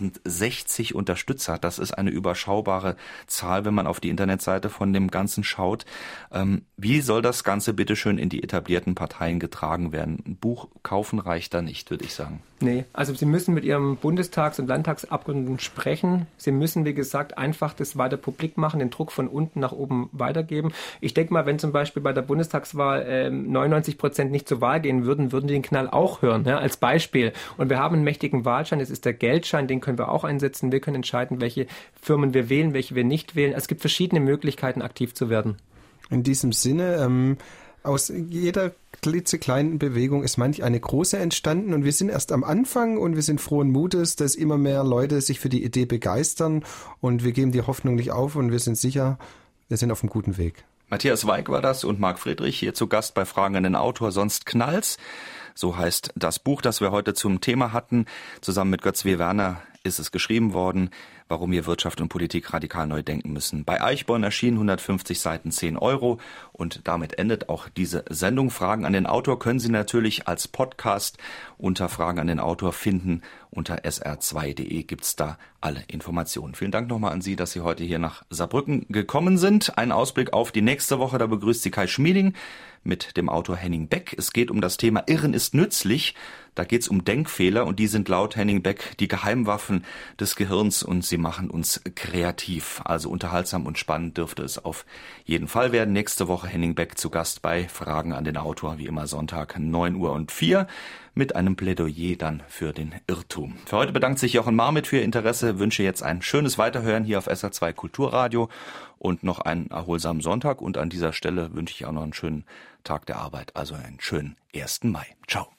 [SPEAKER 2] 1060 Unterstützer. Das ist eine überschaubare Zahl, wenn man auf die Internetseite von dem Ganzen schaut. Wie soll das Ganze bitteschön in die etablierten Parteien getragen werden? Ein Buch kaufen reicht da nicht, würde ich sagen.
[SPEAKER 3] Nee, also Sie müssen mit Ihrem Bundestags- und Landtagsabgeordneten sprechen. Sie müssen, wie gesagt, einfach das weiter publik machen, den Druck von unten nach oben weitergeben. Ich denke mal, wenn zum Beispiel bei der Bundestagswahl 99% nicht zur Wahl gehen würden, würden die den Knall auch hören, ja, als Beispiel. Und wir haben einen mächtigen Wahlschein, das ist der Geldschein, den können wir auch einsetzen. Wir können entscheiden, welche Firmen wir wählen, welche wir nicht wählen. Es gibt verschiedene Möglichkeiten, aktiv zu werden.
[SPEAKER 4] In diesem Sinne, aus jeder klitzekleinen Bewegung ist manch eine große entstanden und wir sind erst am Anfang und wir sind frohen Mutes, dass immer mehr Leute sich für die Idee begeistern und wir geben die Hoffnung nicht auf und wir sind sicher, wir sind auf einem guten Weg.
[SPEAKER 2] Matthias Weig war das und Marc Friedrich hier zu Gast bei Fragen an den Autor, sonst knallt's. So heißt das Buch, das wir heute zum Thema hatten. Zusammen mit Götz W. Werner ist es geschrieben worden, warum wir Wirtschaft und Politik radikal neu denken müssen. Bei Eichborn erschienen 150 Seiten, 10 € und damit endet auch diese Sendung. Fragen an den Autor können Sie natürlich als Podcast unter Fragen an den Autor finden. Unter sr2.de gibt's da alle Informationen. Vielen Dank nochmal an Sie, dass Sie heute hier nach Saarbrücken gekommen sind. Ein Ausblick auf die nächste Woche, da begrüßt Sie Kai Schmieding mit dem Autor Henning Beck. Es geht um das Thema Irren ist nützlich. Da geht's um Denkfehler und die sind laut Henning Beck die Geheimwaffen des Gehirns und sie machen uns kreativ. Also unterhaltsam und spannend dürfte es auf jeden Fall werden. Nächste Woche Henning Beck zu Gast bei Fragen an den Autor, wie immer Sonntag 9:04 mit einem Plädoyer dann für den Irrtum. Für heute bedankt sich Jochen Marmit für Ihr Interesse, wünsche jetzt ein schönes Weiterhören hier auf SR2 Kulturradio und noch einen erholsamen Sonntag und an dieser Stelle wünsche ich auch noch einen schönen Tag der Arbeit, also einen schönen 1. Mai. Ciao.